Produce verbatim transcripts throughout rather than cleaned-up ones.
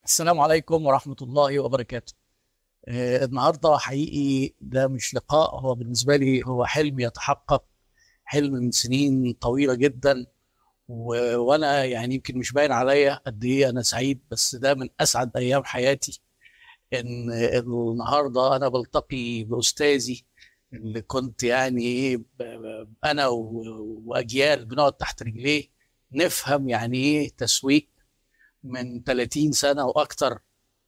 السلام عليكم ورحمة الله وبركاته. آه، النهاردة حقيقي ده مش لقاء، هو بالنسبة لي هو حلم يتحقق، حلم من سنين طويلة جدا. و... وأنا يعني يمكن مش باين عليا قد إيه أنا سعيد، بس ده من أسعد أيام حياتي إن النهاردة أنا بلتقي بأستاذي اللي كنت يعني إيه ب... ب- أنا و... وأجيال بنقعد تحت رجليه نفهم يعني إيه تسويق من ثلاثين سنة وأكتر.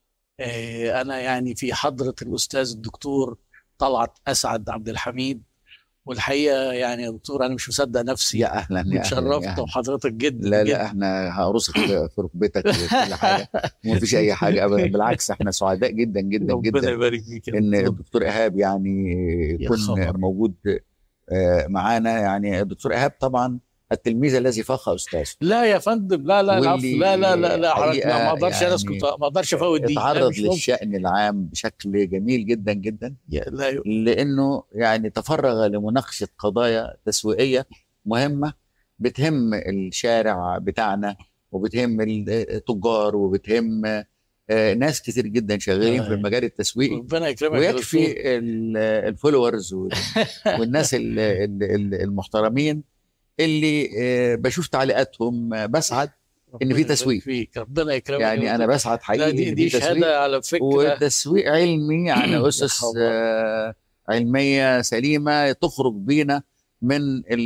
آه، أنا يعني في حضرة الأستاذ الدكتور طلعت أسعد عبد الحميد. والحقيقة يعني يا دكتور أنا مش مصدق نفسي يا اهلا يا اهلا يا واتشرفت اهلا. بحضرتك جدا لا لا، جدا. احنا هقرصك في في ركبتك وكل حاجه، وما فيش اي حاجه ابدا، بالعكس احنا سعداء جدا جدا ربنا جدا يبارك فيك يا ان دكتور. الدكتور ايهاب يعني يا يكون خبر. موجود آه، معانا. يعني الدكتور ايهاب طبعا التلميذ الذي فاق استاذه، لا يا فندم، لا لا العفو، لا لا لا واللي لا حضرتك، حقيقه لا ما اقدرش انا اسكت، يعني ما اقدرش افوت دي، لا اتعرض مش ممكن. للشأن العام بشكل جميل جدا جدا، يا لا ي- لانه يعني تفرغ لمناقشه قضايا تسويقيه مهمه بتهم الشارع بتاعنا، وبتهم التجار، وبتهم آه، ناس كتير جدا شغالين في آه، المجال التسويقي. ربنا يكرمك يا دكتور. ويكفي ال- الفولورز وال- والناس ال- ال- ال- المحترمين اللي آه، بشوف تعليقاتهم آه، بسعد ان في ربنا يبارك تسويق. فيك، ربنا يكرمك يا يعني انا دكتور. بسعد لا حقيقي دي ان في دي تسويق، شهادة على فكرة. وتسويق علمي على يا أسس خبر. آه، علمية سليمة تخرج بينا من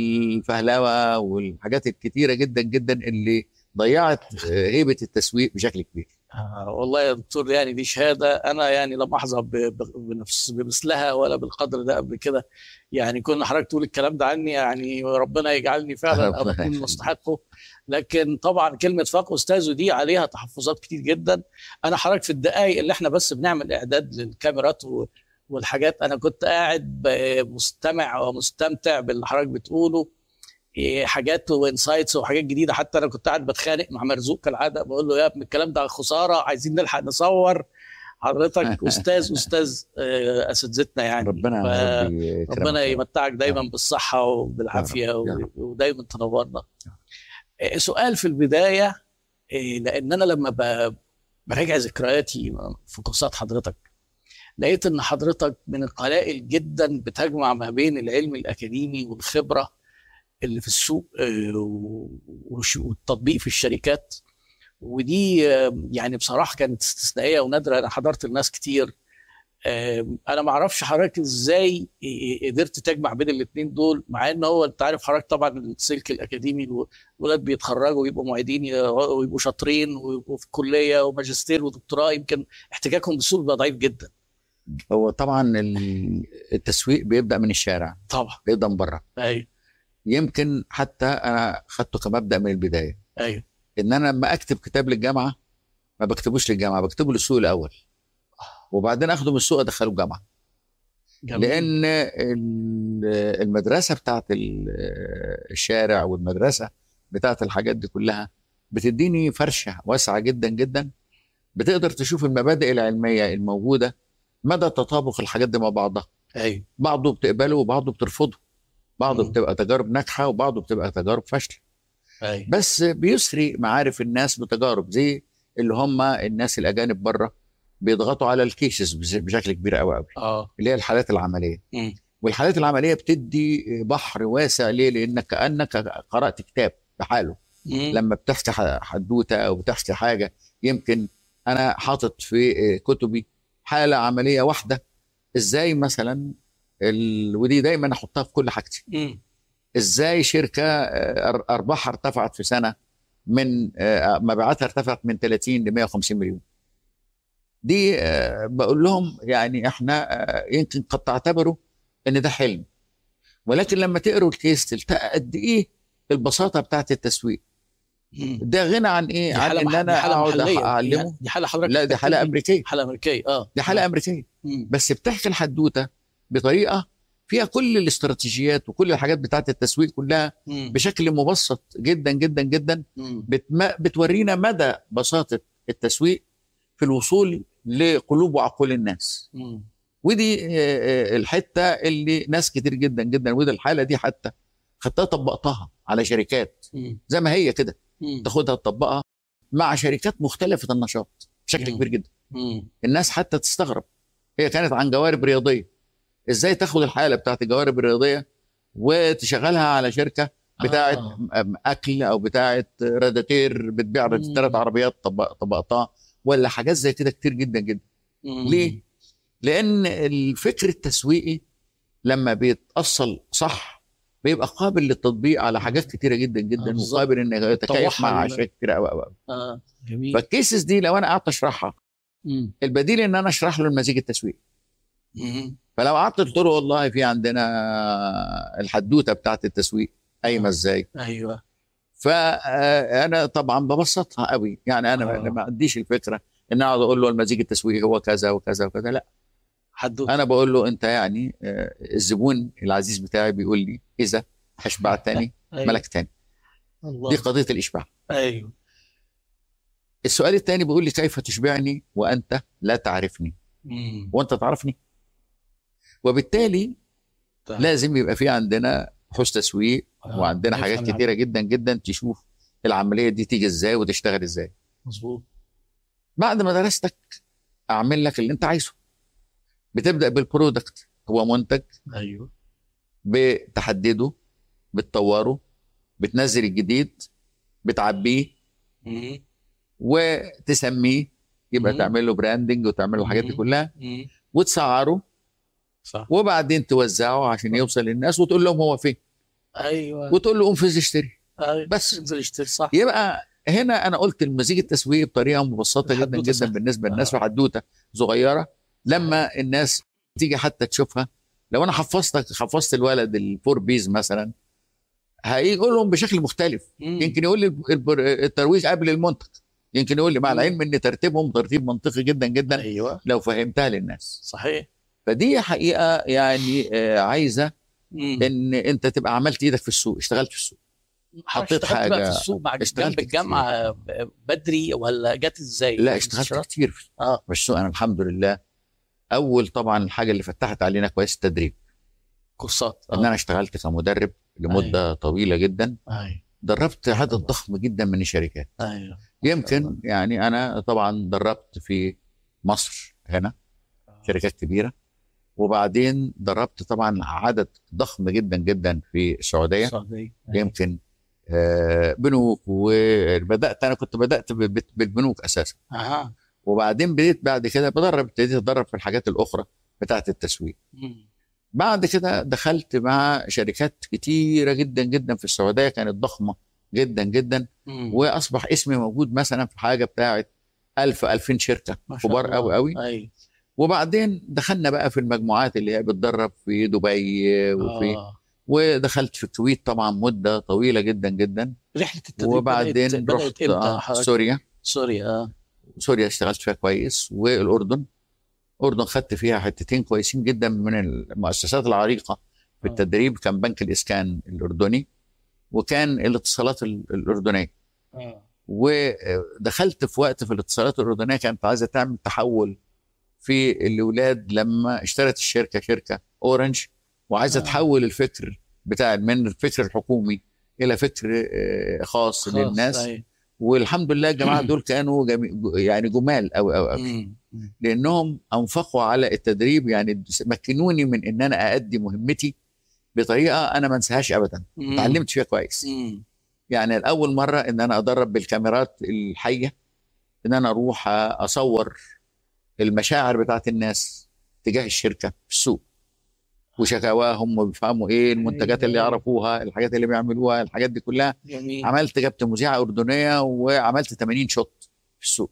الفهلوة والحاجات الكتيرة جدا جدا اللي ضيعت آه، هيبة التسويق بشكل كبير. آه والله يا دكتور، يعني دي شهادة أنا يعني لم أحظى ب- ب- بنفس بمثلها ولا بالقدر ده قبل كده. يعني كنا حضرتك تقول الكلام ده عني، يعني ربنا يجعلني فعلا أو ربنا أكون يخليك. مستحقه. لكن طبعا كلمة فاق أستاذه دي عليها تحفظات كتير جدا. أنا حضرتك في الدقايق اللي إحنا بس بنعمل إعداد للكاميرات و- والحاجات، أنا كنت قاعد ب- مستمع ومستمتع باللي حضرتك بتقوله. إيه، حاجات وانسايتس وحاجات جديده. حتى انا كنت قاعد بتخانق مع مرزوق كالعاده، بقول له يا ابني الكلام ده خساره، عايزين نلحق نصور. حضرتك استاذ استاذ آه، اساتذتنا يعني. ربنا يا رب يكرمك فربنا يا رب. يمتعك يا دايما رب بالصحه يا رب وبالعافيه يا و- رب. ودايما تنورنا. آه، سؤال في البدايه. آه، لان انا لما ب- براجع ذكرياتي في كورسات حضرتك، لقيت ان حضرتك من القلائل جدا بتجمع ما بين العلم الاكاديمي والخبره اللي في السوق، آه، و- وش- والتطبيق في الشركات. ودي آه، يعني بصراحة كانت استثنائية ونادرة. أنا حضرت الناس كتير. آه، أنا ما أعرفش حضرتك إزاي قدرت تجمع بين الاتنين دول، مع إن هو أنت عارف حضرتك طبعا السلك الأكاديمي الولاد بيتخرجوا ويبقوا معيدين ويبقوا شاطرين ويبقوا في كلية وماجستير ودكتوراه، يمكن احتكاكهم بالسوق بيبقى ضعيف جدا. هو طبعا ال- التسويق بيبدأ من الشارع، طبعا. بيبدأ من بره. أيوه. يمكن حتى انا خدته كمبدأ من البداية، أيوه. ان انا لما اكتب كتاب للجامعة ما بكتبوش للجامعة، بكتبه للسوق الاول، وبعدين اخده من السوق ادخله الجامعة. جميل. لان ال- المدرسه بتاعت ال- الشارع، والمدرسه بتاعت الحاجات دي كلها بتديني فرشه واسعه جدا جدا، بتقدر تشوف المبادئ العلميه الموجوده، مدى تطابق الحاجات دي مع بعضها. أيوه. بعضه بتقبله وبعضه بترفضه، بعضه مم. بتبقى تجارب ناجحه وبعضه بتبقى تجارب فاشله. أيوه. بس بيسري معارف الناس بتجارب، زي اللي هم الناس الاجانب بره بيضغطوا على الكيسز بشكل كبير قوي قوي، أه. اللي هي الحالات العمليه. مم. والحالات العمليه بتدي بحر واسع. ليه؟ لانك كانك قرات كتاب بحاله. مم. لما بتحكي حدوته او بتحكي حاجه، يمكن انا حاطط في كتبي حاله عمليه واحده، ازاي مثلا ال... ودي دايما احطها في كل حاجتي، مم. ازاي شركه آه، ارباحها ارتفعت في سنه من آه، مبيعاتها ارتفعت من ثلاثين ل مئة وخمسين مليون. دي آه، بقول لهم يعني احنا آه، يمكن قد تعتبروا ان ده حلم، ولكن لما تقروا الكيس تلتقى قد ايه البساطه بتاعت التسويق. مم. ده غنى عن ايه؟ دي عن حالة ان مح... دي انا حالة اقعد محلية، اعلمه. دي, دي حالة حضرتك لا، دي حاله بتحتاج لي. امريكيه، حالة أمريكية. اه دي حاله اه. امريكيه، مم. بس بتحكي الحدوته بطريقه فيها كل الاستراتيجيات وكل الحاجات بتاعت التسويق كلها مم. بشكل مبسط جدا جدا جدا. مم. بتم... بتورينا مدى بساطه التسويق في الوصول لقلوب وعقول الناس. مم. ودي آه، آه، الحته اللي ناس كتير جدا جدا، ودي الحاله دي حتى خدتها طبقتها على شركات مم. زي ما هي كده، مم. تاخدها تطبقها مع شركات مختلفه النشاط. بشكل مم. كبير جدا. مم. الناس حتى تستغرب، هي كانت عن جوارب رياضيه، ازاي تاخد الحاله بتاعت الجوارب الرياضيه وتشغلها على شركه بتاعت آه. اكل او بتاعت راداتير بتبيع ثلاث مم. عربيات طب- طبقتها، ولا حاجات زي كده كتير جدا جدا. مم. ليه؟ لان الفكر التسويقي لما بيتأصل صح بيبقى قابل للتطبيق على حاجات كتيره جدا آه جدا، بالظبط. وقابل ان يتكيف طوحها مع ال- اشياء كتيره قوي قوي. اه جميل. فالكيسز دي لو انا قعدت اشرحها، مم. البديل ان انا اشرح له المزيج التسويقي. مم. فلو قعدت قلت له والله في عندنا الحدوته بتاعت التسويق قايمه آه. ازاي، ايوه. فانا طبعا ببسطها قوي، يعني انا ما آه. ما عنديش الفكره ان اقعد اقول له المزيج التسويقي هو كذا وكذا وكذا، لا. حدوته. انا بقول له انت يعني آه، الزبون العزيز بتاعي بيقول لي اذا اشبعتني ايوه. ملكتني. دي الله. قضيه الاشباع. ايوه. السؤال الثاني بيقول لي كيف تشبعني وانت لا تعرفني مم. وانت تعرفني. وبالتالي طيب. لازم يبقى في عندنا بحوث تسويق آه. وعندنا حاجات نفهم كتيره يعني. جدا جدا تشوف العمليه دي تيجي ازاي وتشتغل ازاي. مظبوط. بعد ما درستك اعمل لك اللي انت عايزه. بتبدا بالبرودكت، هو منتج ايوه. بتحدده، بتطوره، بتنزل الجديد، بتعبيه مم. وتسميه، يبقى مم. تعمل له براندنج وتعمل له الحاجات دي مم. كلها مم. وتسعره، صح. وبعدين توزعه عشان يوصل للناس وتقول لهم هو فين، ايوه. وتقول له قوم فز اشتري ايوه. بس. انزل اشتري. صح. يبقى هنا انا قلت المزيج التسويقي بطريقه مبسطه جدا الحدوتة جدا سهلة. بالنسبه للناس، آه. وحدوته صغيره لما صحيح. الناس تيجي حتى تشوفها. لو انا حفظتك حفظت الولد الفور بيز مثلا، هيقول لهم بشكل مختلف. مم. يمكن يقول لي البر- الترويج قبل المنتج، يمكن يقول لي مع مم. العلم ان ترتيبهم ترتيب منطقي جدا جدا ايوه. لو فهمتها للناس. صحيح. فدي حقيقه يعني آه، عايزه مم. ان انت تبقى عملت ايدك في السوق، اشتغلت في السوق، حطيت اشتغلت بقى في حاجه. السوق مع اشتغلت جنب الجامعه بدري ولا جت ازاي؟ لا اشتغلت كتير اه في السوق انا الحمد لله. اول طبعا الحاجه اللي فتحت علينا كويس التدريب، كورسات. ان انا اشتغلت كمدرب لمده أيوة. طويله جدا. ايوه. دربت عدد ضخم جدا من الشركات. ايوه. يمكن يعني انا طبعا دربت في مصر هنا شركات كبيره، وبعدين دربت طبعا عدد ضخم جدا جدا في السعوديه. السعوديه. يمكن آه، بنوك، وبدات انا كنت بدات ب- ب- بالبنوك اساسا، اها. وبعدين بديت بعد كده بدرب، ابتديت اتدرب في الحاجات الاخرى بتاعت التسويق. مم. بعد كده دخلت مع شركات كتيره جدا جدا في السعوديه كانت ضخمه جدا جدا، مم. واصبح اسمي موجود مثلا في حاجه بتاعت ألف ألفين شركه ما شاء كبار الله. قوي قوي. ايوه. وبعدين دخلنا بقى في المجموعات اللي هي بتدرب في دبي وفي آه. ودخلت في الكويت طبعا مده طويله جدا جدا. رحله التدريب وبعدين بدات بدات رحت امتى آه حضرتك؟ سوريا. سوريا. اه سوريا اشتغلت فيها كويس، والاردن. الاردن خدت فيها حتتين كويسين جدا من المؤسسات العريقه في آه. التدريب. كان بنك الاسكان الاردني، وكان الاتصالات ال- الاردنيه. اه ودخلت في وقت في الاتصالات الاردنيه كانت عايزه تعمل تحول في الاولاد لما اشترت الشركه شركه اورنج، وعايزه آه. تحول الفكر بتاع من الفكر الحكومي الى فكر آه، خاص, خلاص. للناس. أيوة. والحمد لله الجماعه دول كانوا جمي... يعني جمال قوي قوي قوي، مم. مم. لانهم انفقوا على التدريب، يعني مكنوني من ان انا اادي مهمتي بطريقه انا ما انساهاش ابدا. مم. اتعلمت فيها كويس. مم. يعني الاول مره ان انا ادرب بالكاميرات الحيه، ان انا اروح اصور المشاعر بتاعت الناس تجاه الشركه في السوق وشكاواهم، وبيفهموا ايه المنتجات اللي أيوة. يعرفوها، الحاجات اللي بيعملوها، الحاجات دي كلها. جميل. عملت جبت مذيعه اردنيه وعملت ثمانين شوت في السوق.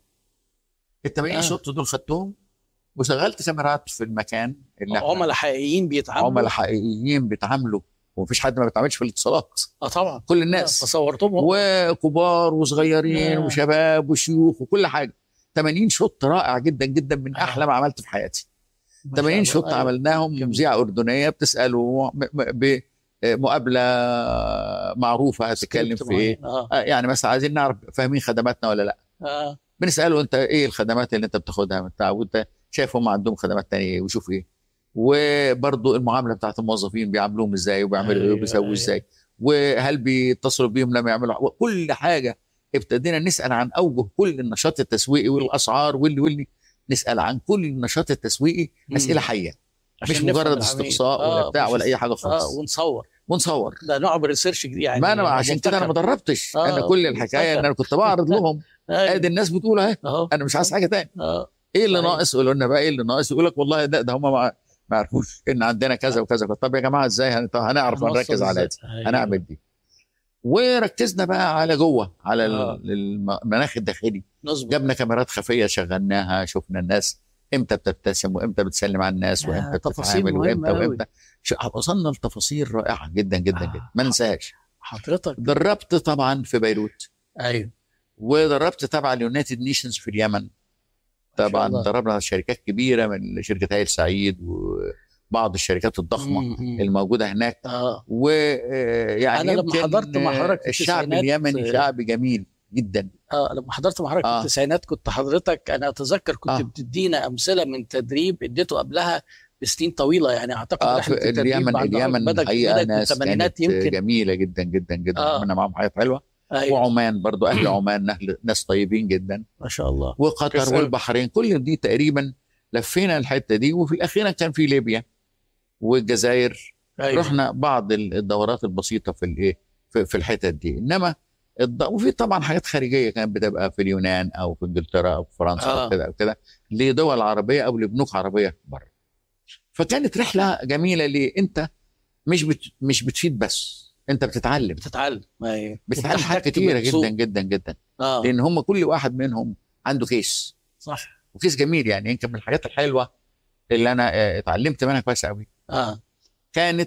ال ثمانين آه. شوت دول خدتهم وشغلت كاميرات في المكان اللي احنا عملاء حقيقيين بيتعاملوا. عملاء حقيقيين بيتعاملوا، ومفيش حد ما بيتعاملش في الاتصالات، اه طبعا كل الناس. آه. تصورتهم. وكبار وصغيرين آه. وشباب وشيوخ وكل حاجه. ثمانين شوت رائع جدا جدا، من آه. احلى ما عملت في حياتي. ما شاء ثمانين الله. شوت أيوة. عملناهم جميل. مذيعه اردنيه بتساله م- م- بمقابله معروفه هتتكلم سكريبت في ايه. معين. اه آه، يعني مثلا عايزين نعرف فاهمين خدماتنا ولا لا. اه بنساله انت ايه الخدمات اللي انت بتاخدها بتاع، وانت شايف هم عندهم خدمات تانية ايه، وشوف ايه. وبرضه المعامله بتاعت الموظفين بيعاملوهم ازاي، وبيعملوا ايه، أيوة، وبيسووا أيوة. ازاي، وهل بيتصلوا بيهم لما يعملوا كل حاجه ابتدينا نسال عن اوجه كل النشاط التسويقي والاسعار واللي واللي نسال عن كل النشاط التسويقي اسئله حيه، مش مجرد استقصاء آه ولا بتاع ولا اي حاجه خالص. اه ونصور ونصور ده نوع من الريسيرش يعني. ما انا عشان كده انا ما دربتش. آه انا كل الحكايه ان انا كنت بعرض لهم ادي الناس بتقول اهي، انا مش عايز حاجه تاني. اه ايه اللي ناقص؟ يقولوا لنا بقى ايه اللي ناقص؟ يقول لك والله ده ده هم ما ما عرفوش ان عندنا كذا وكذا. طب يا جماعه ازاي هنعرف هنركز على دي؟ هنعمل دي. وركزنا بقى على جوه على آه. المناخ الداخلي. نزبط. جبنا كاميرات خفيه شغلناها، شفنا الناس امتى بتبتسم وامتى بتسلم على الناس وامتى بتتعامل وامتى وامتى. وصلنا لتفاصيل رائعه جدا جدا آه. جدا ما ننساهاش. حضرتك دربت طبعا في بيروت. ايوه. ودربت تبع اليونايتد نيشنز في اليمن. طبعا دربنا شركات كبيره من شركه هايل سعيد وبعض الشركات الضخمه مم. الموجوده هناك. آه. ويعني انا لما حضرت مع حضرتك الشعب اليمني شعب جميل جدا. اه لما حضرت مع حضرتك آه. في التسعينات كنت حضرتك انا اتذكر كنت آه. بتدينا امثله من تدريب اديته قبلها بسنين طويله يعني. اعتقد آه رحله التدريب اليمن اليمن الحقيقه ناس كانت يمكن. جميله جدا جدا جدا. عملنا آه. معاهم حاجات حلوه. أيوة. وعمان برضو اهل عمان ناس طيبين جدا ما شاء الله. وقطر كسر. والبحرين كل دي تقريبا لفينا الحته دي. وفي الاخير كان في ليبيا والجزائر. أيوة. رحنا بعض الدورات البسيطه في الايه في, في الحتت دي. انما الض... وفي طبعا حاجات خارجيه كانت بتبقى في اليونان او في انجلترا او في فرنسا آه. او كده او كده لدول عربيه او لبنوك عربيه بره. فكانت رحله جميله. ليه؟ انت مش بت... مش بتفيد بس، انت بتتعلم بتتعلم أيوة. بتتعلم حاجات كتيره جدا جدا جدا. آه. لان هم كل واحد منهم عنده كيس. صح. وكيس جميل يعني. يمكن من الحاجات الحلوه اللي انا اتعلمت منها كويس قوي اه كانت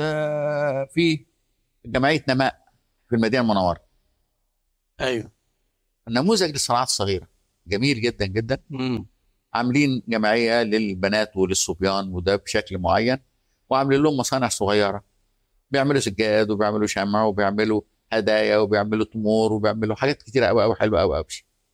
آه في جمعيه نماء في المدينه المنوره. ايوه. نموذج للصناعات الصغيره جميل جدا جدا. مم. عاملين جمعيه للبنات وللصبيان وده بشكل معين، وعاملين لهم مصانع صغيره بيعملوا سجاد وبيعملوا شمع وبيعملوا هدايا وبيعملوا تمور وبيعملوا حاجات كتيره قوي قوي حلوه قوي قوي.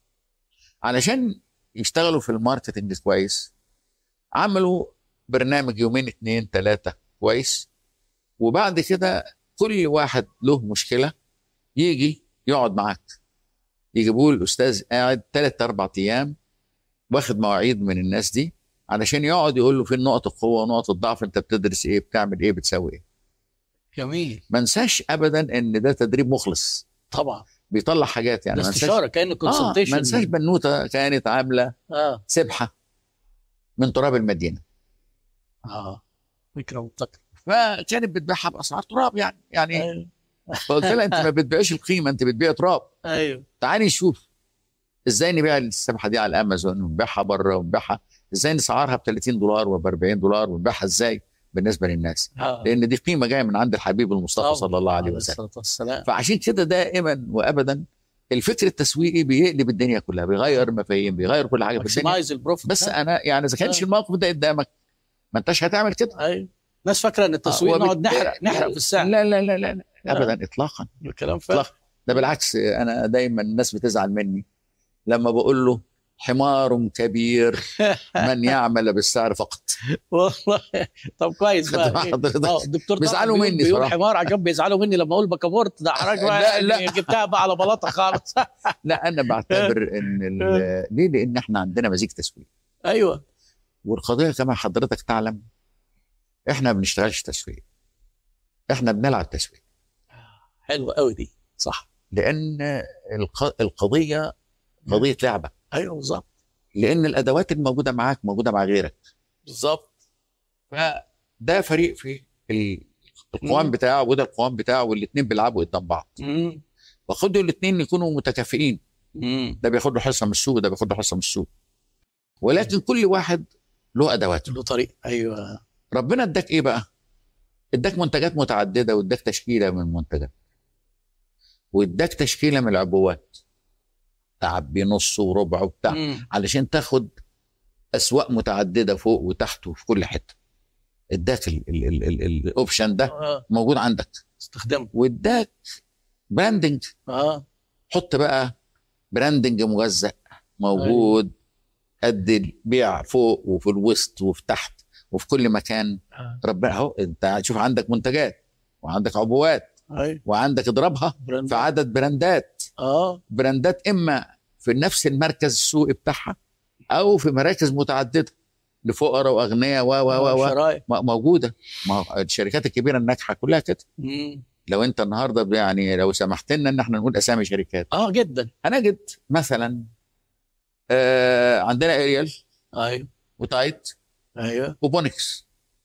علشان يشتغلوا في الماركتنج كويس عملوا برنامج يومين اتنين تلاته كويس. وبعد كده كل واحد له مشكله يجي يقعد معاك. يجيبوه الاستاذ قاعد ثلاث اربع ايام واخد مواعيد من الناس دي علشان يقعد يقول له فين نقط القوه ونقط الضعف، انت بتدرس ايه، بتعمل ايه، بتسوي ايه. جميل. ما انساش ابدا ان ده تدريب مخلص. طبعا بيطلع حاجات يعني. ده استشاره كانه كونسلتيشن. آه ما انساش بنوته كانت عامله اه سبحه من تراب المدينه. اه فكره مبتكره. فكانت بتبيعها باسعار تراب يعني يعني أيوه. فقلت لها انت ما بتبيعش القيمه، انت بتبيع تراب. ايوه. تعالي نشوف ازاي نبيع السبحه دي على الامازون ونبيعها بره ونبيعها ازاي، نسعرها ب ثلاثين دولار وب أربعين دولار ونبيعها ازاي بالنسبه للناس. آه. لان دي قيمه جايه من عند الحبيب المصطفى صلى الله عليه وسلم. فعشان كده دائما وابدا الفكر التسويقي بيقلب الدنيا كلها، بيغير مفاهيم، بيغير كل حاجه في الدنيا. بس انا يعني اذا كانش الموقف ده قدامك ما انتش هتعمل كده. ايوه. الناس فاكره ان التسويق آه نقعد نحرق نحرق في السعر. لا لا لا لا, لا. ابدا اطلاقا. الكلام فارغ. ده بالعكس. انا دايما الناس بتزعل مني لما بقول له حمار كبير من يعمل بالسعر فقط. والله طب كويس بقى. اه الدكتور بيزعلوا مني بيقول حمار عجب، بيزعلوا مني لما اقول بكابورت. ده حضرتك بقى لا لا جبتها بقى على بلاطه خالص. لا انا بعتبر ان ليه؟ لان احنا عندنا مزيج تسويق. ايوه. والقضيه كما حضرتك تعلم احنا ما بنشتغلش تسويق، احنا بنلعب تسويق. حلوه قوي دي. صح. لان القضيه قضيه لعبه. ايوه بالظبط. لان الادوات الموجوده معاك موجوده مع غيرك. بالظبط. فده فريق في القوام بتاعه وده القوام بتاعه والاثنين بيلعبوا قدام بعض. فخدوا الاثنين يكونوا متكافئين. مم. ده بياخد له حصه من السوق وده بياخد له حصه من السوق. ولكن كل واحد له ادواته له طريق. ايوه. ربنا اداك ايه بقى؟ اداك منتجات متعدده واداك تشكيله من المنتجات واداك تشكيله من العبوات تعبي نص وربع وبتاع مم. علشان تاخد اسواق متعدده فوق وتحت وفي كل حته. اداك الاوبشن ده آه. موجود عندك استخدمه. واداك براندنج. اه حط بقى براندنج موزع موجود. أيوه. قد البيع فوق وفي الوسط وفي تحت وفي كل مكان. آه. ربنا اهو انت شوف عندك منتجات وعندك عبوات ايوه وعندك اضربها براند. في عدد براندات اه براندات اما في نفس المركز السوقي بتاعها او في مراكز متعدده لفقراء واغنياء و و آه، و و شرايح. م- موجوده. ما هو الشركات الكبيره الناجحه كلها كده. مم. لو انت النهارده يعني لو سمحت لنا ان احنا نقول اسامي شركات اه جدا. هنجد مثلا آه عندنا اريال ايوه وتايت ايوه وبونكس،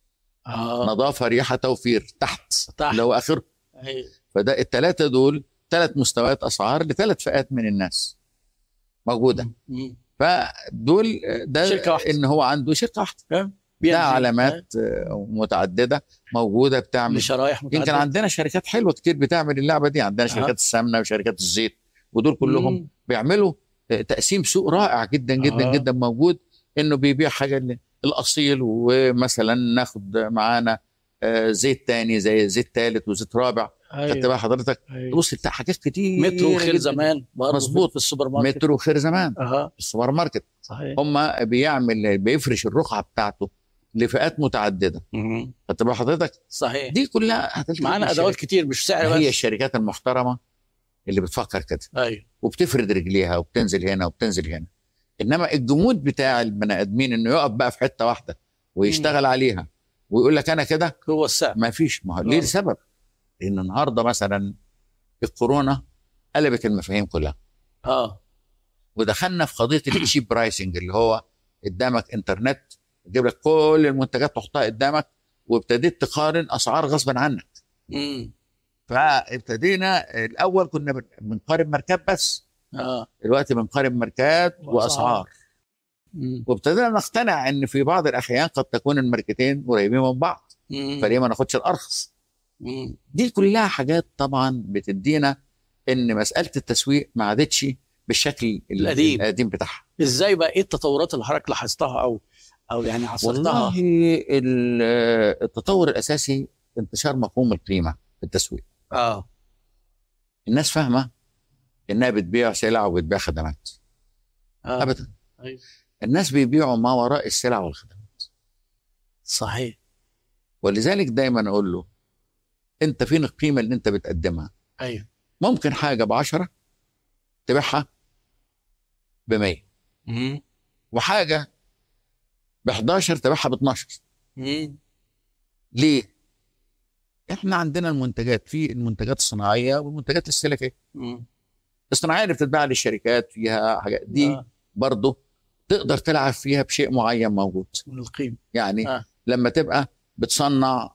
اه نظافه ريحه توفير تحت تحت. اللي هو اخر. ايوه فده الثلاثه دول ثلاث مستويات اسعار لثلاث فئات من الناس موجوده. مم. فدول ده شركة واحدة. ان هو عنده شركه واحده، فاهم؟ بي ده إن جي. علامات آه، متعدده موجوده بتعمل. لشرايح يمكن متعددة. عندنا شركات حلوه كتير بتعمل اللعبه دي، عندنا أه. شركات السمنه وشركات الزيت ودول كلهم مم. بيعملوا آه، تقسيم سوق رائع جدا جدا أه. جدا موجود، انه بيبيع حاجه ل- الاصيل، ومثلا ناخد معانا آه، زيت تاني زي زيت ثالث وزيت رابع. خدت ايوه بقى حضرتك ايوه. تبص تلاقي حاجات كتير مترو وخير جدا. زمان برضه مظبوط. في السوبر ماركت. مترو خير زمان اها في السوبر ماركت صحيح. هم بيعمل بيفرش الرقعه بتاعته لفئات متعدده. مم. خدت بقى حضرتك صحيح. دي كلها هتلتقي معانا في ادوات الشركات. كتير مش سعر بس. هي الشركات المحترمه اللي بتفكر كده ايوه وبتفرد رجليها وبتنزل هنا وبتنزل هنا. انما الجمود بتاع البني ادمين انه يقف بقى في حته واحده ويشتغل عليها ويقول لك انا كده، هو السعر. ما فيش. ما هو ليه آه. سبب؟ لان النهارده مثلا الكورونا قلبت المفاهيم كلها، اه ودخلنا في قضيه التشيب برايسنج اللي هو قدامك انترنت يجيب لك كل المنتجات تحطها قدامك، وابتديت تقارن اسعار غصبا عنك. امم فابتدينا الاول كنا بن- بنقارن ماركات بس، اه دلوقتي بنقارن ماركات وأسعار. واسعار. مم. وابتدينا نقتنع ان في بعض الاحيان قد تكون الماركتين قريبين من بعض، مم. فليه ما ناخدش الارخص؟ مم. دي كلها حاجات طبعا بتدينا ان مساله التسويق ما عادتش بالشكل ال- القديم. القديم بتاعها. ازاي بقى؟ ايه التطورات اللي حضرتك لاحظتها او او يعني عصرتها؟ والله ال- التطور الاساسي انتشار مفهوم القيمه في التسويق. اه الناس فاهمه انها بتبيع سلع وبتبيع خدمات. اه ابدا، ايوه الناس بيبيعوا ما وراء السلع والخدمات. صحيح. ولذلك دايما اقول له انت فين القيمه اللي انت بتقدمها؟ ايوه ممكن حاجه ب عشرة تبيعها ب مية، مم. وحاجه ب حداشر تبيعها ب اتناشر. مم. ليه؟ احنا عندنا المنتجات، في المنتجات الصناعيه والمنتجات الاستهلاكيه. مم. الصناعيه اللي بتتباع للشركات فيها حاجات دي آه. برضه تقدر تلعب فيها بشيء معين موجود. من القيمه. يعني آه. لما تبقى بتصنع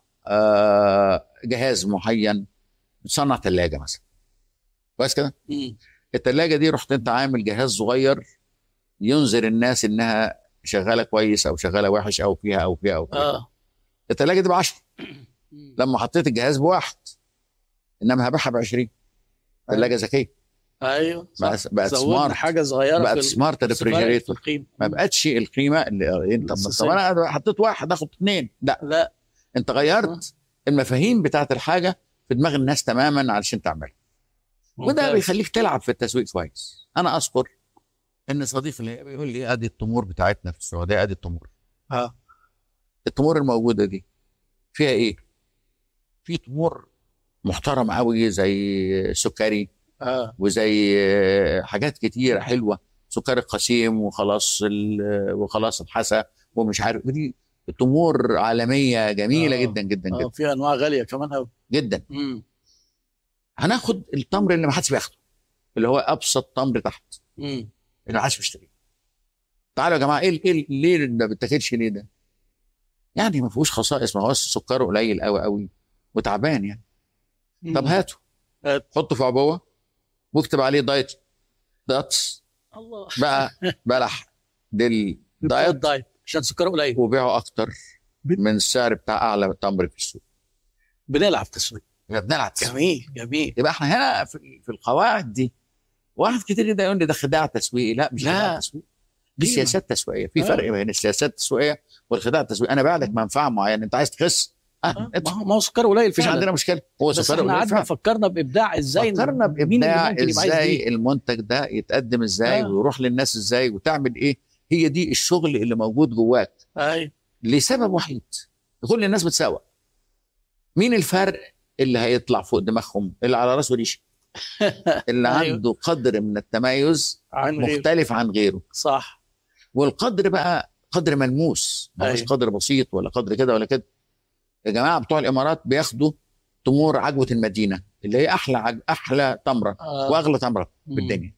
آه، جهاز معين، بتصنع ثلاجه مثلا، كويس كده؟ مم. الثلاجه دي رحت انت عامل جهاز صغير ينذر الناس انها شغاله كويس او شغاله وحش او فيها او فيها او فيها. اه الثلاجه دي ب عشرة، مم. لما حطيت الجهاز بواحد، انما هبيعها ب عشرين. ثلاجه ذكيه ايوه بقت صح. بقت زودنا سمارت، حاجه صغيره بقت في ال- سمارت بس فرقت في ريفريجريتور. القيمه. ما بقتش القيمه اللي انت الأساسية. طب انا حطيت واحد اخد اثنين، لا لا انت غيرت المفاهيم بتاعت الحاجه في دماغ الناس تماما علشان تعملها. وده ممتاز. بيخليك تلعب في التسويق كويس. انا اذكر ان صديقي ليا بيقول لي ادي التمور بتاعتنا في السعوديه، ادي التمور. اه التمور الموجوده دي فيها ايه؟ في تمور محترم قوي زي سكري اه وزي آه، حاجات كتيره حلوه، سكري القسيم وخلاص ال- وخلاص الحسا ومش عارف. دي تمور عالميه جميله آه. جدا جدا اه جدا في انواع غاليه كمان قوي. جدا. امم هناخد التمر اللي ما حدش بياخده، اللي هو ابسط تمر تحت امم اللي ما حدش بيشتريه. تعالوا يا جماعه، ايه ايه ليه ما بتاكلش ليه ده؟ يعني ما فيهوش خصائص، ما هوش سكره قليل قوي قوي وتعبان يعني. طب هاته، هات. حطه في عبوه واكتب عليه دايت داتس الله بقى بلح دايت للدايت، دايت عشان سكره قليل. وبيعه اكتر من السعر بتاع اعلى تمر في السوق. بنلعب تسويق. يبقى بنلعب تسويق. جميل جميل. يبقى احنا هنا في, في القواعد دي. واحد كتير جدا يقول لي ده خداع تسويقي. لا مش لا. خداع تسويقي، دي قيمة. سياسات تسويقيه. في آه. فرق بين السياسات التسويقيه والخداع التسويقي. انا بعلك منفعه معينه، انت عايز تخس اه آه. ما ادفع، هو ما هو سكره قليل مفيش فعلا. عندنا مشكله. هو بس سكر احنا قليل قعدنا فعلا. فكرنا بابداع ازاي فكرنا مين اللي بابداع ممكن يبقى عايز ازاي دي. المنتج ده يتقدم ازاي آه. ويروح للناس ازاي وتعمل ايه. هي دي الشغل اللي موجود جواك ايوه لسبب وحيد، كل الناس بتساوى. مين الفرق اللي هيطلع فوق دماغهم اللي على راسه ريشه، اللي أيوه. عنده قدر من التميز عن غيره. مختلف عن غيره. صح. والقدر بقى قدر ملموس، ما هوش أيوه. قدر بسيط ولا قدر كده ولا كده. يا جماعه بتوع الامارات بياخدوا تمور عجوه المدينه اللي هي احلى عج... احلى تمره آه. واغلى تمره مم. بالدنيا،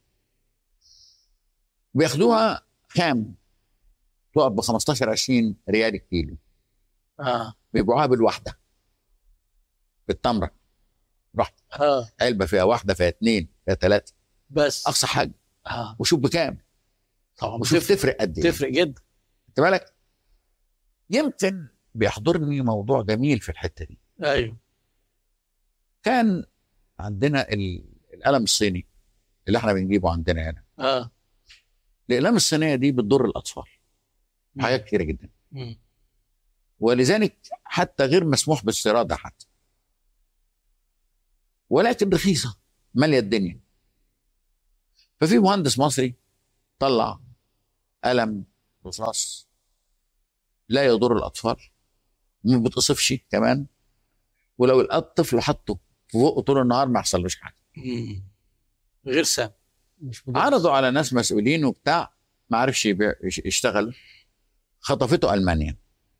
بياخدوها خام تقف ب خمستاشر عشرين ريال الكيلو، اه بيبيعوها بالواحده بالتمره، رحت اه علبه فيها واحده فيها اثنين فيها ثلاثه بس اقصى حاجه، اه وشوف بكام، طبعا وشوف تفرق تفرق قد ايه. تفرق جدا. خد بالك، يمكن بيحضرني موضوع جميل في الحته دي. ايوه. كان عندنا ال- القلم الصيني اللي احنا بنجيبه عندنا هنا. اه الاقلام الصينيه دي بتضر الاطفال مم. حاجات كتيره جدا، مم. ولذلك حتى غير مسموح باستيرادها حتى، ولكن رخيصه ماليه الدنيا. ففي مهندس مصري طلع قلم رصاص لا يضر الاطفال، ما بتقصفش كمان، ولو الطفل حطه في بقه طول النهار ما يحصلوش حاجه. مم. غير سام مش مضر. عرضوا على ناس مسؤولين وبتاع، ما عرفش يبيع يش- يشتغل، خطفته المانيا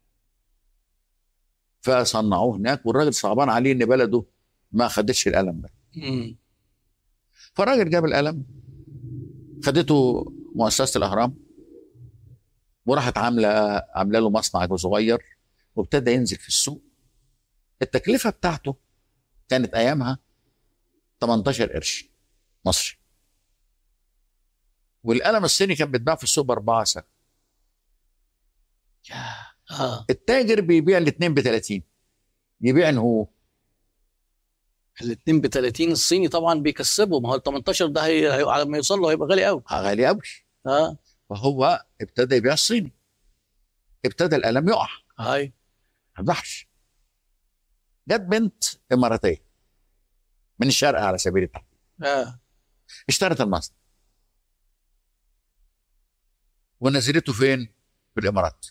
فصنعوه هناك، والراجل صعبان عليه ان بلده ما خدتش القلم ده. مم. فالراجل جاب القلم، خدته مؤسسه الاهرام وراحت عامله عامله له مصنع صغير، وابتدى ينزل في السوق. التكلفه بتاعته كانت ايامها تمنتاشر قرش مصري، والقلم الصيني كان بيتباع في السوق باربعه سنت. اه التاجر بيبيع الاثنين ب ثلاثين، يبيع ان هو الاثنين ب ثلاثين. الصيني طبعا بيكسبوا، ما هو ال تمنتاشر ده هي... هي... على ما يوصل له هيبقى غالي قوي. غالي قوي. اه فهو ابتدى يبيع الصيني، ابتدى القلم يقع هاي. ما يفتحش. جت بنت اماراتيه من الشرق على سبيل التحديد، اه اشترت المصنع ونزلته فين؟ في الامارات،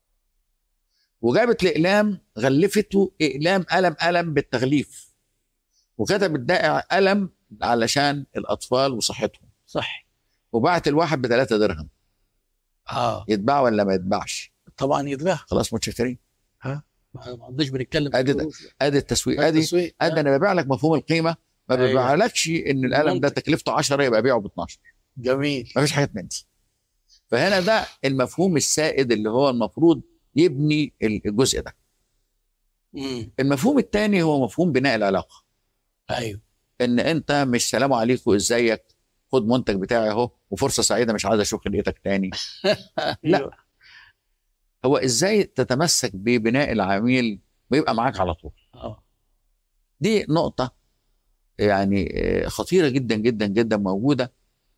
وجابت الاقلام غلفته اقلام قلم قلم بالتغليف، وكتبت ده قلم علشان الاطفال وصحتهم، صح. وباعت الواحد بثلاثة درهم. اه يتباع ولا ما يتباعش؟ طبعا يتباع. خلاص متشكرين. ها ما ما عندناش بنتكلم في ادي ده الفلوس. ادي التسويق، ادي التسويق. ادي آه. انا ببيع لك مفهوم القيمه، ما أيوة. ببيعلكش ان القلم ده منطق. تكلفته عشرة يبقى بيعه ب اتناشر. جميل. ما فيش حاجه من دي. فهنا ده المفهوم السائد اللي هو المفروض يبني الجزء ده. امم المفهوم الثاني هو مفهوم بناء العلاقه، ايوه. ان انت مش سلام عليكم ازيك، خد منتج بتاعي اهو وفرصه سعيده مش عايز اشوف خلقتك تاني. لا، هو ازاي تتمسك ببناء العميل ويبقى معاك على طول. اه دي نقطه يعني آه، خطيره جدا جدا جدا، موجوده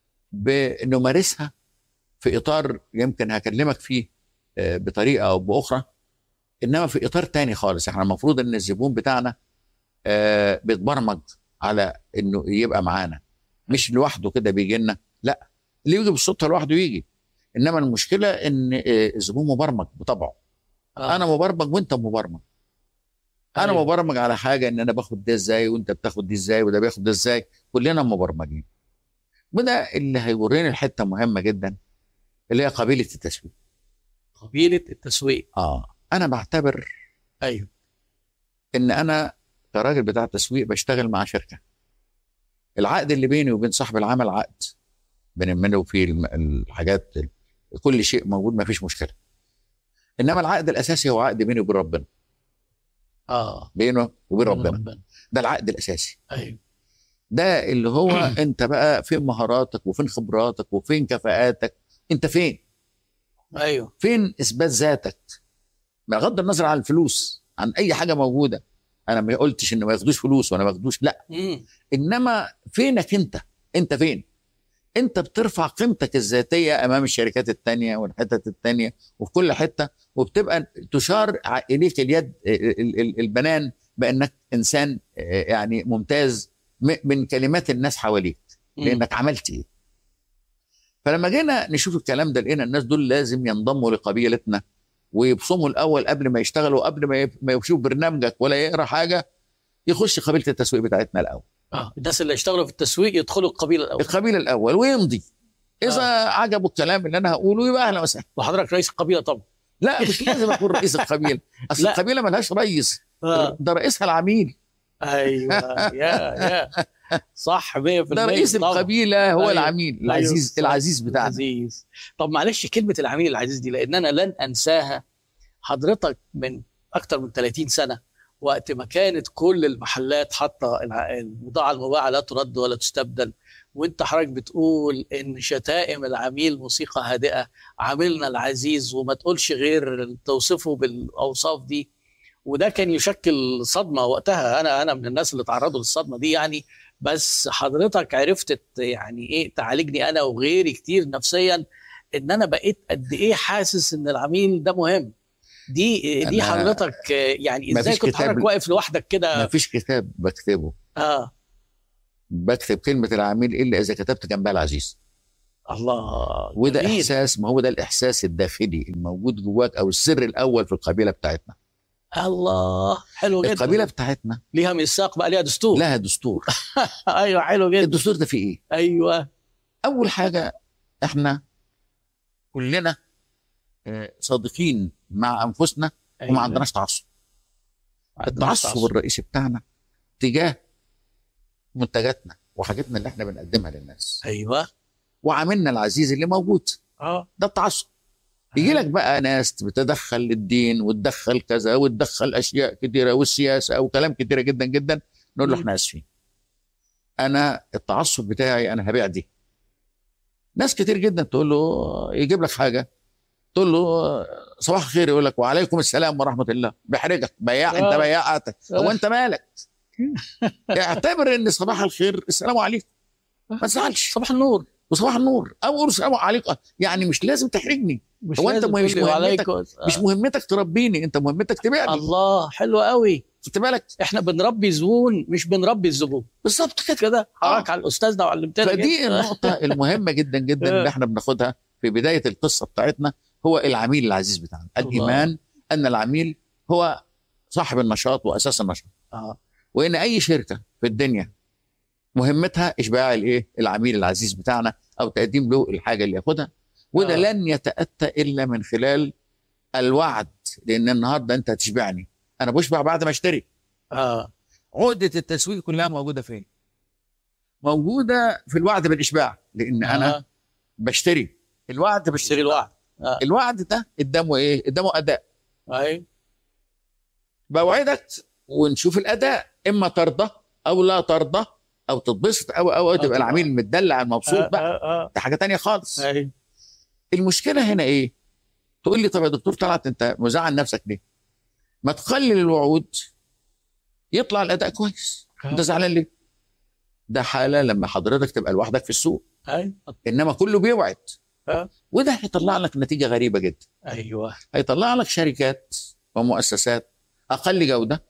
بنمارسها في اطار يمكن هكلمك فيه آه، بطريقه او باخرى، انما في اطار تاني خالص. احنا المفروض ان الزبون بتاعنا آه، بيتبرمج على انه يبقى معانا، مش لوحده كده بيجي لنا، لا، اللي يجي بالصدفه لوحده يجي. انما المشكله ان آه، الزبون مبرمج بطبعه. آه. انا مبرمج وانت مبرمج. انا أيوة. مبرمج على حاجه ان انا باخد ده ازاي وانت بتاخد دي ازاي وده بياخد ده ازاي، كلنا مبرمجين. وده اللي هيوريني الحته مهمه جدا اللي هي قبيله التسويق. قبيله التسويق. اه انا بعتبر ايوه. ان انا كراجل بتاع تسويق بشتغل مع شركه، العقد اللي بيني وبين صاحب العمل عقد بنعمله فيه الم- الحاجات، كل شيء موجود ما فيش مشكله. انما العقد الاساسي هو عقد بيني وبين ربنا، اه بينه وبين من ربنا. ربنا. ده العقد الاساسي. ايوه. ده اللي هو انت بقى فين مهاراتك وفين خبراتك وفين كفاءاتك، انت فين ايوه. فين اثبات ذاتك، بغض النظر عن الفلوس، عن اي حاجه موجوده. انا ما قلتش ان ما ياخدوش فلوس وانا ما ياخدوش، لا، امم انما فينك انت، انت فين؟ انت بترفع قيمتك الذاتيه امام الشركات التانيه والحتت التانيه وفي كل حته، وبتبقى تشار ع- اليك اليد ال- ال- البنان بانك انسان آه، يعني ممتاز م- من كلمات الناس حواليك، لانك عملت ايه. فلما جينا نشوف الكلام ده لقينا الناس دول لازم ينضموا لقبيلتنا ويبصموا الاول قبل ما يشتغلوا، قبل ما يف- ما يشوف برنامجك ولا يقرا حاجه، يخش قبيله التسويق بتاعتنا الاول. اه الناس اللي اشتغلوا في التسويق يدخلوا القبيله الاول. القبيله الاول ويمضي. اذا آه. عجبه الكلام اللي انا هقوله يبقى اهلا وسهلا. وحضرتك رئيس القبيله طبعا. لا مش لازم اكون رئيس القبيله، اصل القبيله ملهاش رئيس. آه. ده رئيسها العميل. ايوه يا يا صح مية بالمية. ده رئيس طبعا. القبيله هو أيوة. العميل العزيز. أيوة. العزيز بتاعنا. العزيز. طب معلش كلمه العميل العزيز دي لان انا لن انساها. حضرتك من اكتر من ثلاثين سنه وقت ما كانت كل المحلات حاطه البضاعه المباعه لا ترد ولا تستبدل، وانت حضرتك بتقول ان شتائم العميل موسيقى هادئه، عميلنا العزيز، وما تقولش غير توصفه بالاوصاف دي. وده كان يشكل صدمه وقتها. انا انا من الناس اللي تعرضوا للصدمه دي يعني. بس حضرتك عرفت يعني ايه تعالجني انا وغيري كتير نفسيا، ان انا بقيت قد ايه حاسس ان العميل ده مهم. دي دي حضرتك يعني ازاي كنت حضرتك واقف لوحدك كده؟ ما فيش كتاب بكتبه اه بكتب كلمه العميل الا اذا كتبت جنبها العزيز. الله. وده جميل. احساس، ما هو ده الاحساس الداخلي الموجود جواك او السر الاول في القبيله بتاعتنا. الله حلو جدا. القبيله بتاعتنا ليها ميثاق بقى، ليها دستور. لها دستور. ايوه حلو جدا. الدستور ده فيه ايه؟ ايوه اول حاجه احنا كلنا صادقين مع انفسنا. أيوة. وما عندناش تعصب. التعصب الرئيسي بتاعنا تجاه منتجاتنا وحاجتنا اللي احنا بنقدمها للناس. ايوه. وعاملنا العزيز اللي موجود. اه ده التعصب. يجي لك بقى ناس بتدخل الدين وتدخل كذا وتدخل اشياء كثيره والسياسه او كلام كثيره جدا جدا، نقول له احنا اسفين. انا التعصب بتاعي انا هبيع دي. ناس كتير جدا تقول له يجيب لك حاجه تقول له صباح الخير يقول لك وعليكم السلام ورحمه الله، بيحرجك بياع. انت بياعتك هو انت مالك؟ اعتبر ان صباح الخير السلام عليكم، ما تزعلش. صباح النور وصباح النور او قول السلام عليكم، يعني مش لازم تحرجني. هو انت مش مهمتك مش مهمتك تربيني، انت مهمتك تبيعني. الله حلو قوي. خدت بالك؟ احنا بنربي زبون مش بنربي الزبون. بالظبط كده كده حضرتك على الاستاذنا وعلمتنا. فدي النقطه المهمه جدا جدا اللي احنا بناخدها في بدايه القصه بتاعتنا، هو العميل العزيز بتاعنا. الايمان ان العميل هو صاحب النشاط واساس النشاط. اه وان اي شركه في الدنيا مهمتها اشباع الايه؟ العميل العزيز بتاعنا او تقديم له الحاجه اللي ياخدها. وده آه. لن يتاتى الا من خلال الوعد، لان النهارده انت هتشبعني، انا بشبع بعد ما اشتري. اه عقده التسويق كلها موجوده فين؟ موجوده في الوعد بالاشباع، لان آه. انا بشتري الوعد بشتري الوعد. آه. الوعد ده قدامه ايه؟ قدامه اداء. ايوه بوعدك ونشوف الاداء، اما ترضى او لا ترضى او تتبسط او او تبقى العميل متدلع مبسوط بقى. آه آه. ده حاجه تانية خالص. ايوه. المشكله هنا ايه؟ تقول لي طب يا دكتور طلعت انت مزعل نفسك ليه؟ ما تقلل الوعود يطلع الاداء كويس. آه. انت زعلان ليه؟ ده حاله لما حضرتك تبقى لوحدك في السوق. ايوه. انما كله بيوعد. آه. وده هيطلع لك نتيجه غريبه جدا. ايوه. هيطلع لك شركات ومؤسسات اقل جوده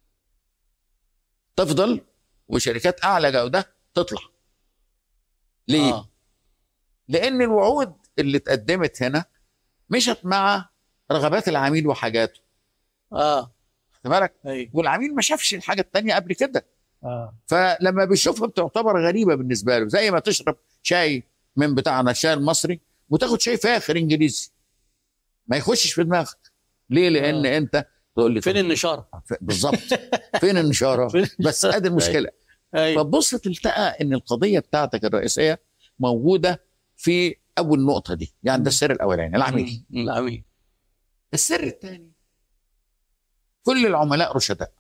تفضل، وشركات اعلى جوده تطلع. ليه؟ آه. لان الوعود اللي اتقدمت هنا مشت مع رغبات العميل وحاجاته. اه خد بالك؟ أيوه. والعميل ما شافش الحاجه الثانيه قبل كده. اه فلما بيشوفها بتعتبر غريبه بالنسبه له، زي ما تشرب شاي من بتاعنا الشاي المصري وتاخد شاي فاخر انجليزي، ما يخشش في دماغك. ليه؟ لان آه. انت تقول لي فين النشاره؟ بالظبط. فين النشاره؟ بس ادي المشكله. أيوه. فبص تلتقى ان القضيه بتاعتك الرئيسيه موجوده في اول نقطه دي، يعني ده السر الاولاني العميل. العميل. السر الثاني كل العملاء رشداء.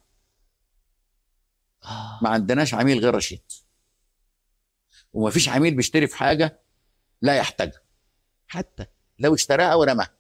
ما عندناش عميل غير رشيد، وما فيش عميل بيشتري في حاجه لا يحتاجها حتى لو اشتراها ورماها،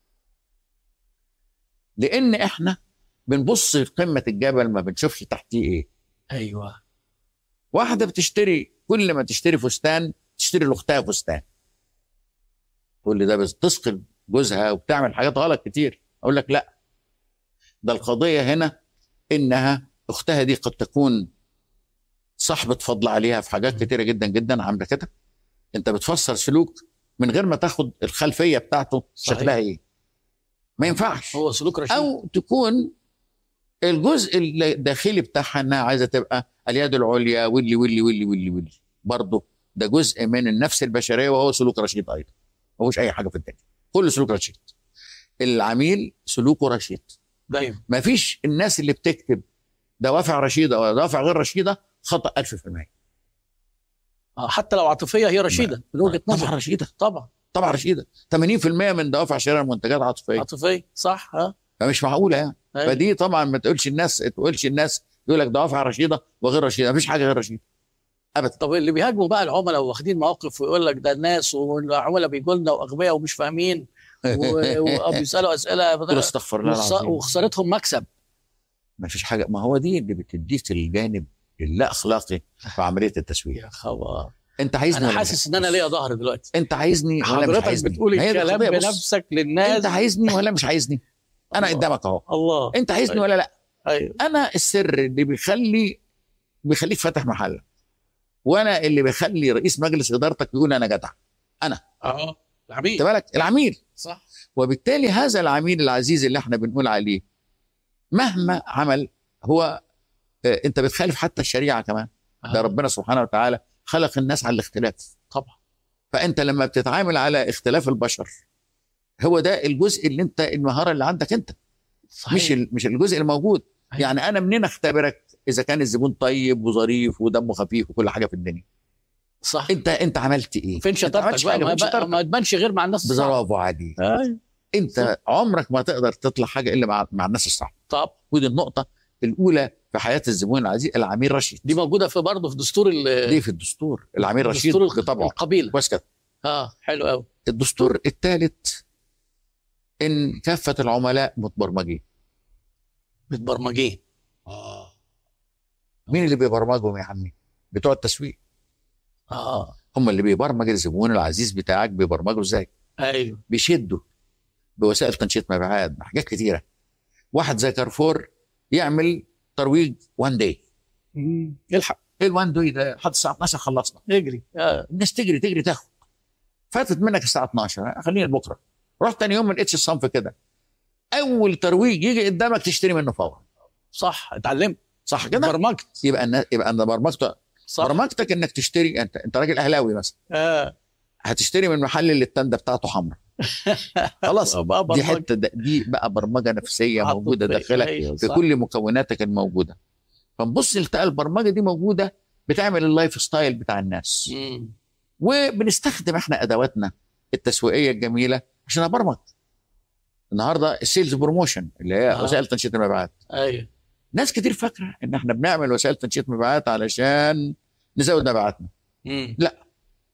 لان احنا بنبص لقمه الجبل ما بنشوفش تحتيه ايه. ايوه. واحده بتشتري كل ما تشتري فستان تشتري لاختها فستان، تقول لي ده بتثقل جوزها وبتعمل حاجات غلط كتير. اقول لك لا، ده القضيه هنا انها اختها دي قد تكون صاحبه فضل عليها في حاجات كتيره جدا جدا عامله كده. انت بتفسر سلوك من غير ما تاخد الخلفيه بتاعته. صحيح. شكلها ايه؟ ما ينفعش. هو سلوك رشيد. او تكون الجزء الداخلي بتاعها انها عايزه تبقى اليد العليا واللي واللي واللي واللي واللي برضه ده جزء من النفس البشريه، وهو سلوك رشيد ايضا. ما هوش اي حاجه في الدنيا، كل سلوك رشيد. العميل سلوكه رشيد دايما. ما فيش الناس اللي بتكتب دوافع رشيده او دوافع غير رشيده خطا ألف في المية. اه حتى لو عاطفيه هي رشيده من وجهه نظر. طبعا رشيده، طبعا طبعا رشيده. ثمانين في المية من دوافع شراء المنتجات عاطفيه. عاطفيه صح. ها فمش معقوله يعني. أيوة. فدي طبعا ما تقولش الناس تقولش الناس يقول لك دوافع رشيده وغير رشيده، ما فيش حاجه غير رشيده ابدا. طب اللي بيهاجموا بقى العملاء واخدين مواقف ويقول لك ده الناس والعملاء بيجوا لنا واغبياء ومش فاهمين وبيسالوا اسئله قول استغفر الله العظيم وخسارتهم مكسب. ما فيش حاجه، ما هو دي اللي بتديك الجانب اللا اخلاقي في عمليه التسويق. يا خبر، انت عايزني انا حاسس ان انا ليا ظهر دلوقتي. انت عايزني ولا مش عايزني؟ بتقول الكلام بنفسك للناس. انت عايزني ولا مش عايزني؟ انا قدامك اهو. الله. انت عايزني أيوة. ولا لا؟ ايوه. انا السر اللي بيخلي بيخليك فاتح محل، وانا اللي بيخلي رئيس مجلس ادارتك يقول انا جدع. انا اه العميل. انت بالك العميل صح. وبالتالي هذا العميل العزيز اللي احنا بنقول عليه مهما عمل هو اه انت بتخالف حتى الشريعه كمان. آه. ده ربنا سبحانه وتعالى خلق الناس على الاختلاف طبعا. فانت لما بتتعامل على اختلاف البشر هو ده الجزء اللي انت المهاره اللي عندك انت. صحيح. مش مش الجزء الموجود. صحيح. يعني انا منين اختبرك اذا كان الزبون طيب وظريف ودمه خفيف وكل حاجه في الدنيا؟ صح. انت انت عملت ايه؟ فين شطارتك بقى؟ ما, بقى ما تبانش غير مع الناس الصح. برافو عليك. أيوة. انت صح. عمرك ما تقدر تطلع حاجه الا مع, مع الناس الصح. طب ودي النقطه الاولى في حياه الزبون العزيز، العميل رشيد. دي موجوده في برضه في دستور دي في الدستور العميل رشيد بطبعه. القبيله كويس كده. اه حلو قوي. الدستور الثالث ان كافه العملاء متبرمجين. متبرمجين. اه مين اللي بيبرمجهم يا عمي؟ بتوع التسويق. اه هم اللي بيبرمج الزبون العزيز بتاعك. بيبرمجه ازاي؟ ايوه بيشدوا بوسائل تنشيط مبيعات بحاجات كتيره. واحد زي كارفور يعمل ترويج وان داي. يلحق الوان داي ده لحد الساعه اتناشر خلصنا. يجري. آه. الناس تجري تجري تاخد. فاتت منك الساعه اتناشر خلينا بكره. رحت تاني يوم ما لقيتش الصنف كده. اول ترويج يجي قدامك تشتري منه فورا. صح. اتعلمت. صح كده. برمجت. يبقى أنا يبقى انا برمجت. صح. برمجتك انك تشتري. انت انت راجل اهلاوي مثلا. اه هتشتري من محل اللي التنده بتاعته حمراء. خلاص دي حته دي بقى برمجه نفسيه موجوده داخلك. أيوة في كل مكوناتك الموجوده. فنبص لتلاقي البرمجه دي موجوده بتعمل اللايف ستايل بتاع الناس. مم. وبنستخدم احنا ادواتنا التسويقيه الجميله عشان ابرمج. النهارده السيلز بروموشن اللي هي آه. وسائل تنشيط المبيعات. ايوه ناس كتير فاكره ان احنا بنعمل وسائل تنشيط مبيعات علشان نزود مبيعاتنا. لا،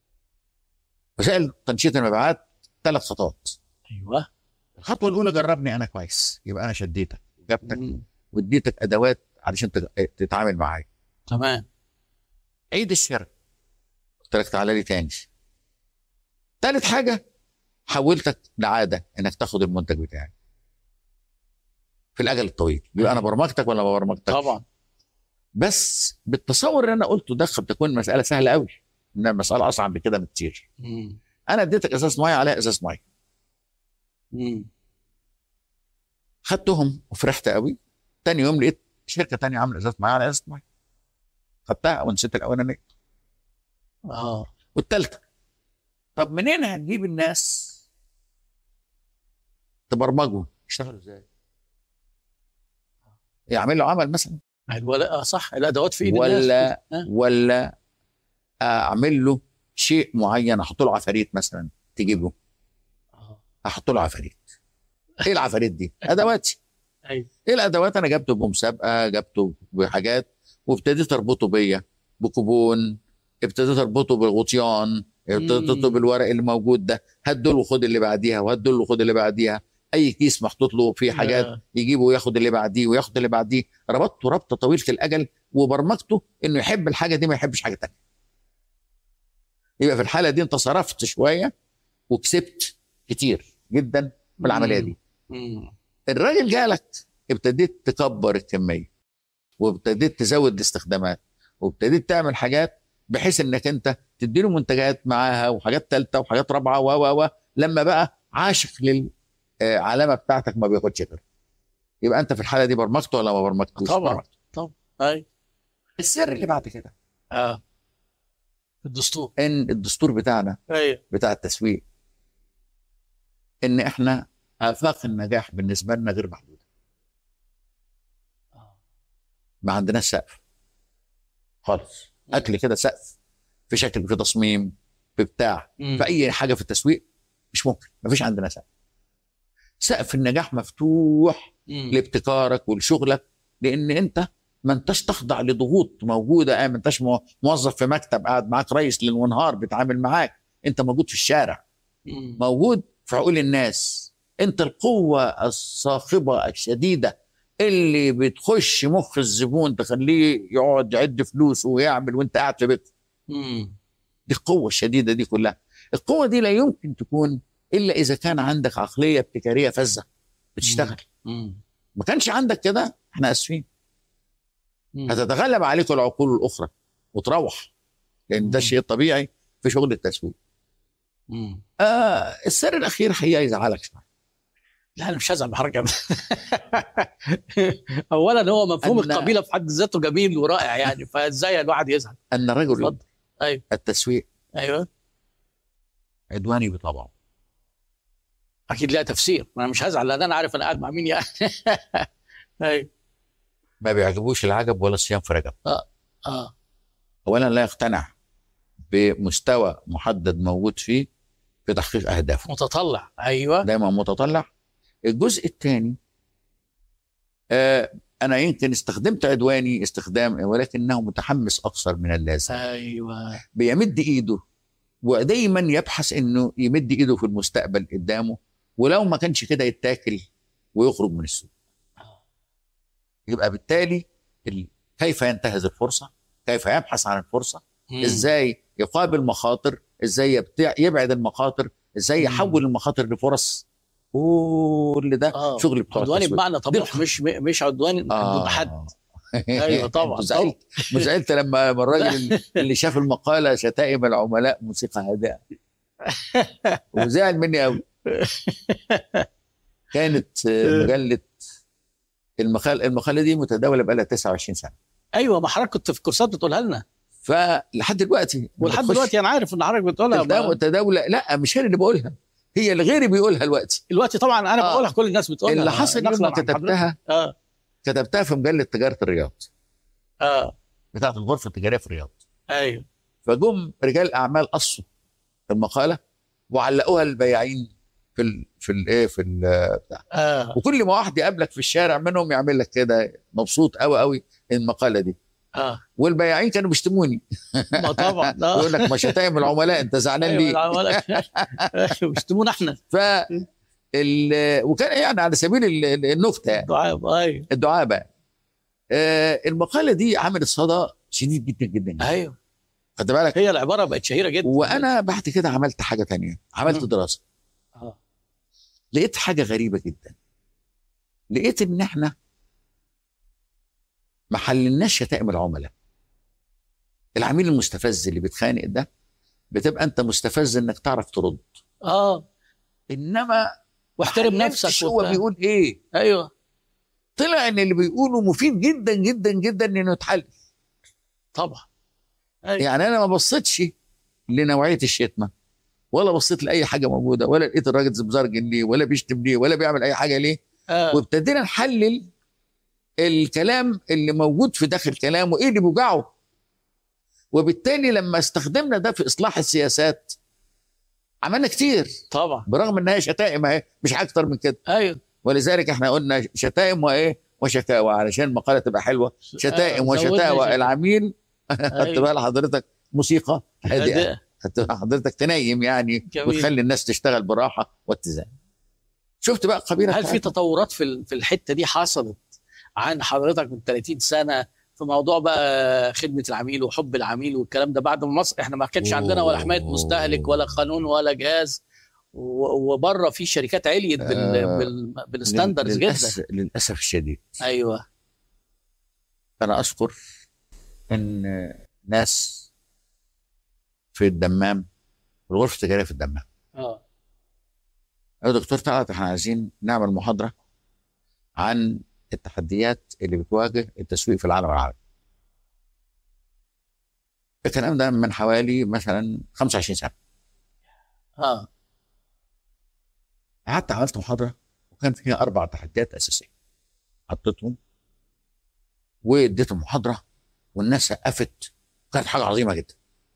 وسائل تنشيط المبيعات ثلاث خطوات. ايوه. الخطوه الاولى جربني انا كويس، يبقى انا شديتك وجبتك واديتك ادوات علشان تتعامل معايا. تمام. عيد الشراء، قلت لك تعالى لي تاني. ثالث حاجه حولتك لعاده انك تاخد المنتج بتاعي في الاجل الطويل. يبقى انا برمجتك ولا ما برمجتكش؟ طبعا. بس بالتصور اللي انا قلته ده قد تكون مساله سهله قوي، انها مساله اصعب بكده بكتير. انا اديتك ازاز ميه عليها ازاز ميه. خدتهم وفرحت قوي. تاني يوم لقيت شركه تانية عامله ازاز ميه على ازاز ميه. خدتها ونسيت الاولانيه. اه والثالثه. طب منين هنجيب الناس تبرمجوا يشتغلوا ازاي؟ يعملوا عمل مثلا ولا صح الادوات في ايد ولا الناس ولا اعمل له شيء معين، احط له عفاريت مثلا تجيبه. احط له عفاريت. ايه العفاريت دي؟ ادواتي. ايوه. ايه الادوات؟ انا جبته بمسابقه، جبته بحاجات وابتديت اربطه بيا بكوبون، ابتديت اربطه بالغطيان، ابتديت اربطه بالورق اللي موجود ده. هدول وخد اللي بعديها وهدول وخد اللي بعديها. اي كيس محطوط له فيه حاجات آه. يجيبه وياخد اللي بعديه وياخد اللي بعديه. ربطته ربطه طويله الاجل وبرمجته انه يحب الحاجه دي ما يحبش حاجه ثانيه. يبقى في الحاله دي انت صرفت شويه وكسبت كتير جدا من العمليه دي. مم. الراجل جالك ابتديت تكبر الكميه وابتديت تزود الاستخدامات وابتديت تعمل حاجات بحيث انك انت تديله منتجات معاها وحاجات ثالثه وحاجات رابعه و و و لما بقى عاشق للعلامه بتاعتك ما بياخدش غيرها. يبقى انت في الحاله دي برمجته ولا ما برمجتوش؟ طبعا برمجته. طبعا. اي. السر اللي بعد كده اه. الدستور. ان الدستور بتاعنا ايوه. بتاع التسويق، ان احنا افاق النجاح بالنسبه لنا غير محدوده. آه. ما عندناش سقف خالص. اكل كده سقف في شكل، في تصميم، في بتاع، مم. في اي حاجه في التسويق مش ممكن. ما فيش عندنا سقف. سقف النجاح مفتوح مم. لابتكارك ولشغلك، لان انت ما انتش تخضع لضغوط موجوده. اه ما انتش مو- موظف في مكتب قاعد معاك رئيس ليل ونهار بيتعامل معاك. انت موجود في الشارع، مم. موجود في عقول الناس. انت القوه الصاخبه الشديده اللي بتخش مخ الزبون تخليه يقعد يعد فلوسه ويعمل وانت قاعد في بيتك. مم. دي القوه الشديده دي كلها. القوه دي لا يمكن تكون الا اذا كان عندك عقليه ابتكاريه فذه بتشتغل. مم. ما كانش عندك كده، احنا اسفين، مم. هتتغلب عليك العقول الاخرى وتروح، لان ده مم. الشيء الطبيعي في شغل التسويق. مم. آه السر الاخير حقيقه يزعلك شويه. لا انا مش هزعل بحركه. اولا هو مفهوم أن- القبيله في حد ذاته جميل ورائع يعني، فازاي الواحد يزعل؟ ان رجل اتفضل. ايوه. التسويق ايوه. عدواني بطبعه. اكيد لها تفسير، انا مش هزعل لان انا عارف انا قاعد مع مين يعني. ايوه. ما بيعجبوش العجب ولا الصيام في رجب. اه. اه. اولا لا يقتنع بمستوى محدد موجود فيه في تحقيق اهدافه، متطلع. ايوه. دايما متطلع. الجزء الثاني، آه انا يمكن استخدمت عدواني استخدام، ولكنه متحمس اكثر من اللازم. ايوه. بيمد ايده ودايما يبحث انه يمد ايده في المستقبل قدامه، ولو ما كانش كده يتاكل ويخرج من السوق. يبقى بالتالي ال- كيف ينتهز الفرصه، كيف يبحث عن الفرصه، مم. ازاي يقابل مخاطر، ازاي يبتع يبعد المخاطر، ازاي مم. يحول المخاطر لفرص. كل ده اه شغل بتوع عدواني التسويق. بمعنى طموح، دقة. مش مش عدواني ضد حد. اه ايوه طبعا. انت زعلت، مش زعلت لما الراجل اللي- اللي شاف المقاله شتائم العملاء موسيقى هادئه وزعل مني قوي. كانت آه، مجله المقال المقاله دي متداوله بقى لها تسعة وعشرين سنه. ايوه، ما حضرتك كنت في كورسات بتقولها لنا، فلحد دلوقتي ولحد بتخش دلوقتي انا عارف ان حضرتك بتقولها. تداول- ما- متداوله. لا مش انا اللي بقولها، هي اللي غيري بيقولها دلوقتي. دلوقتي طبعا انا آه. بقولها، كل الناس بتقولها. اللي حصل يوم نقلاً ما عن حضرتك. كتبتها، اه. كتبتها في مجله تجاره الرياض اه. بتاعت الغرفه التجاريه في الرياض. ايوه. فجم رجال اعمال قصوا المقاله وعلقوها البياعين في ال في الايه في ال بتاع. اه. وكل ما واحد يقابلك في الشارع منهم يعمل لك كده مبسوط قوي قوي المقاله دي. اه. والبياعين كانوا بيشتموني. ما طبعا. اه. يقول لك ما شتايم العملاء انت زعلان ايوه ليه؟ العملاء. ايوه بيشتمونا احنا. ف ال- وكان يعني على سبيل ال- ال- النكته يعني، دعاء. ايوه. الدعابه. آه المقاله دي عملت صدى شديد جدا جدا جدا. ايوه. خد بالك. هي العباره بقت شهيره جدا. وانا بعد كده عملت حاجه تانية، عملت مم. دراسه. اه. لقيت حاجه غريبه جدا. لقيت ان احنا ما حللناش شتائم العملاء. العميل المستفز اللي بيتخانق ده بتبقى انت مستفز انك تعرف ترد، اه. انما واحترم ما نفسك حللتش هو وبتاع. بيقول ايه. ايوه طلع ان اللي بيقوله مفيد جدا جدا جدا انه يتحل. طبعا. ايوه. يعني انا ما بصيتش لنوعيه الشتمه، ولا بصيت لاي حاجه موجوده، ولا لقيت الراجل زبزرجن ليه، ولا بيشتم ليه، ولا بيعمل اي حاجه ليه. آه. وابتدينا نحلل الكلام اللي موجود في داخل كلامه ايه اللي بيوجعه. وبالتالي لما استخدمنا ده في اصلاح السياسات عملنا كتير، طبعا. برغم انها شتائم اهي مش اكتر من كده. ايوه. ولذلك احنا قلنا شتائم وايه وشكاوى علشان المقاله تبقى حلوه. شتائم آه، زودنا وشتاوى شتاء. العميل. خدت أيوة. بال حضرتك موسيقى هادئه، هادئة. خدت حضرتك تنيم يعني جميل. وتخلي الناس تشتغل براحه واتزان. شفت بقى القبيله هل في بتاعتنا؟ تطورات في ال- في الحته دي حصلت عن حضرتك من ثلاثين سنه في موضوع بقى خدمه العميل وحب العميل والكلام ده؟ بعد ما مصر احنا ما كانش عندنا ولا حمايه مستهلك ولا قانون ولا جهاز، و- وبره في شركات عليت بال آه، بال بالستاندرز جدا. للأسف, للاسف الشديد. ايوه. انا اذكر ان ناس في الدمام، في الغرفه التجاريه في الدمام، اه. يا دكتور طلعت احنا عايزين نعمل محاضره عن التحديات اللي بتواجه التسويق في العالم العربي. الكلام ده من حوالي مثلا خمسة وعشرين سنه. اه قعدت عملت محاضره وكان فيها اربع تحديات اساسيه، حطيتهم واديتهم محاضره والناس سقفت، كانت حاجه عظيمه جدا.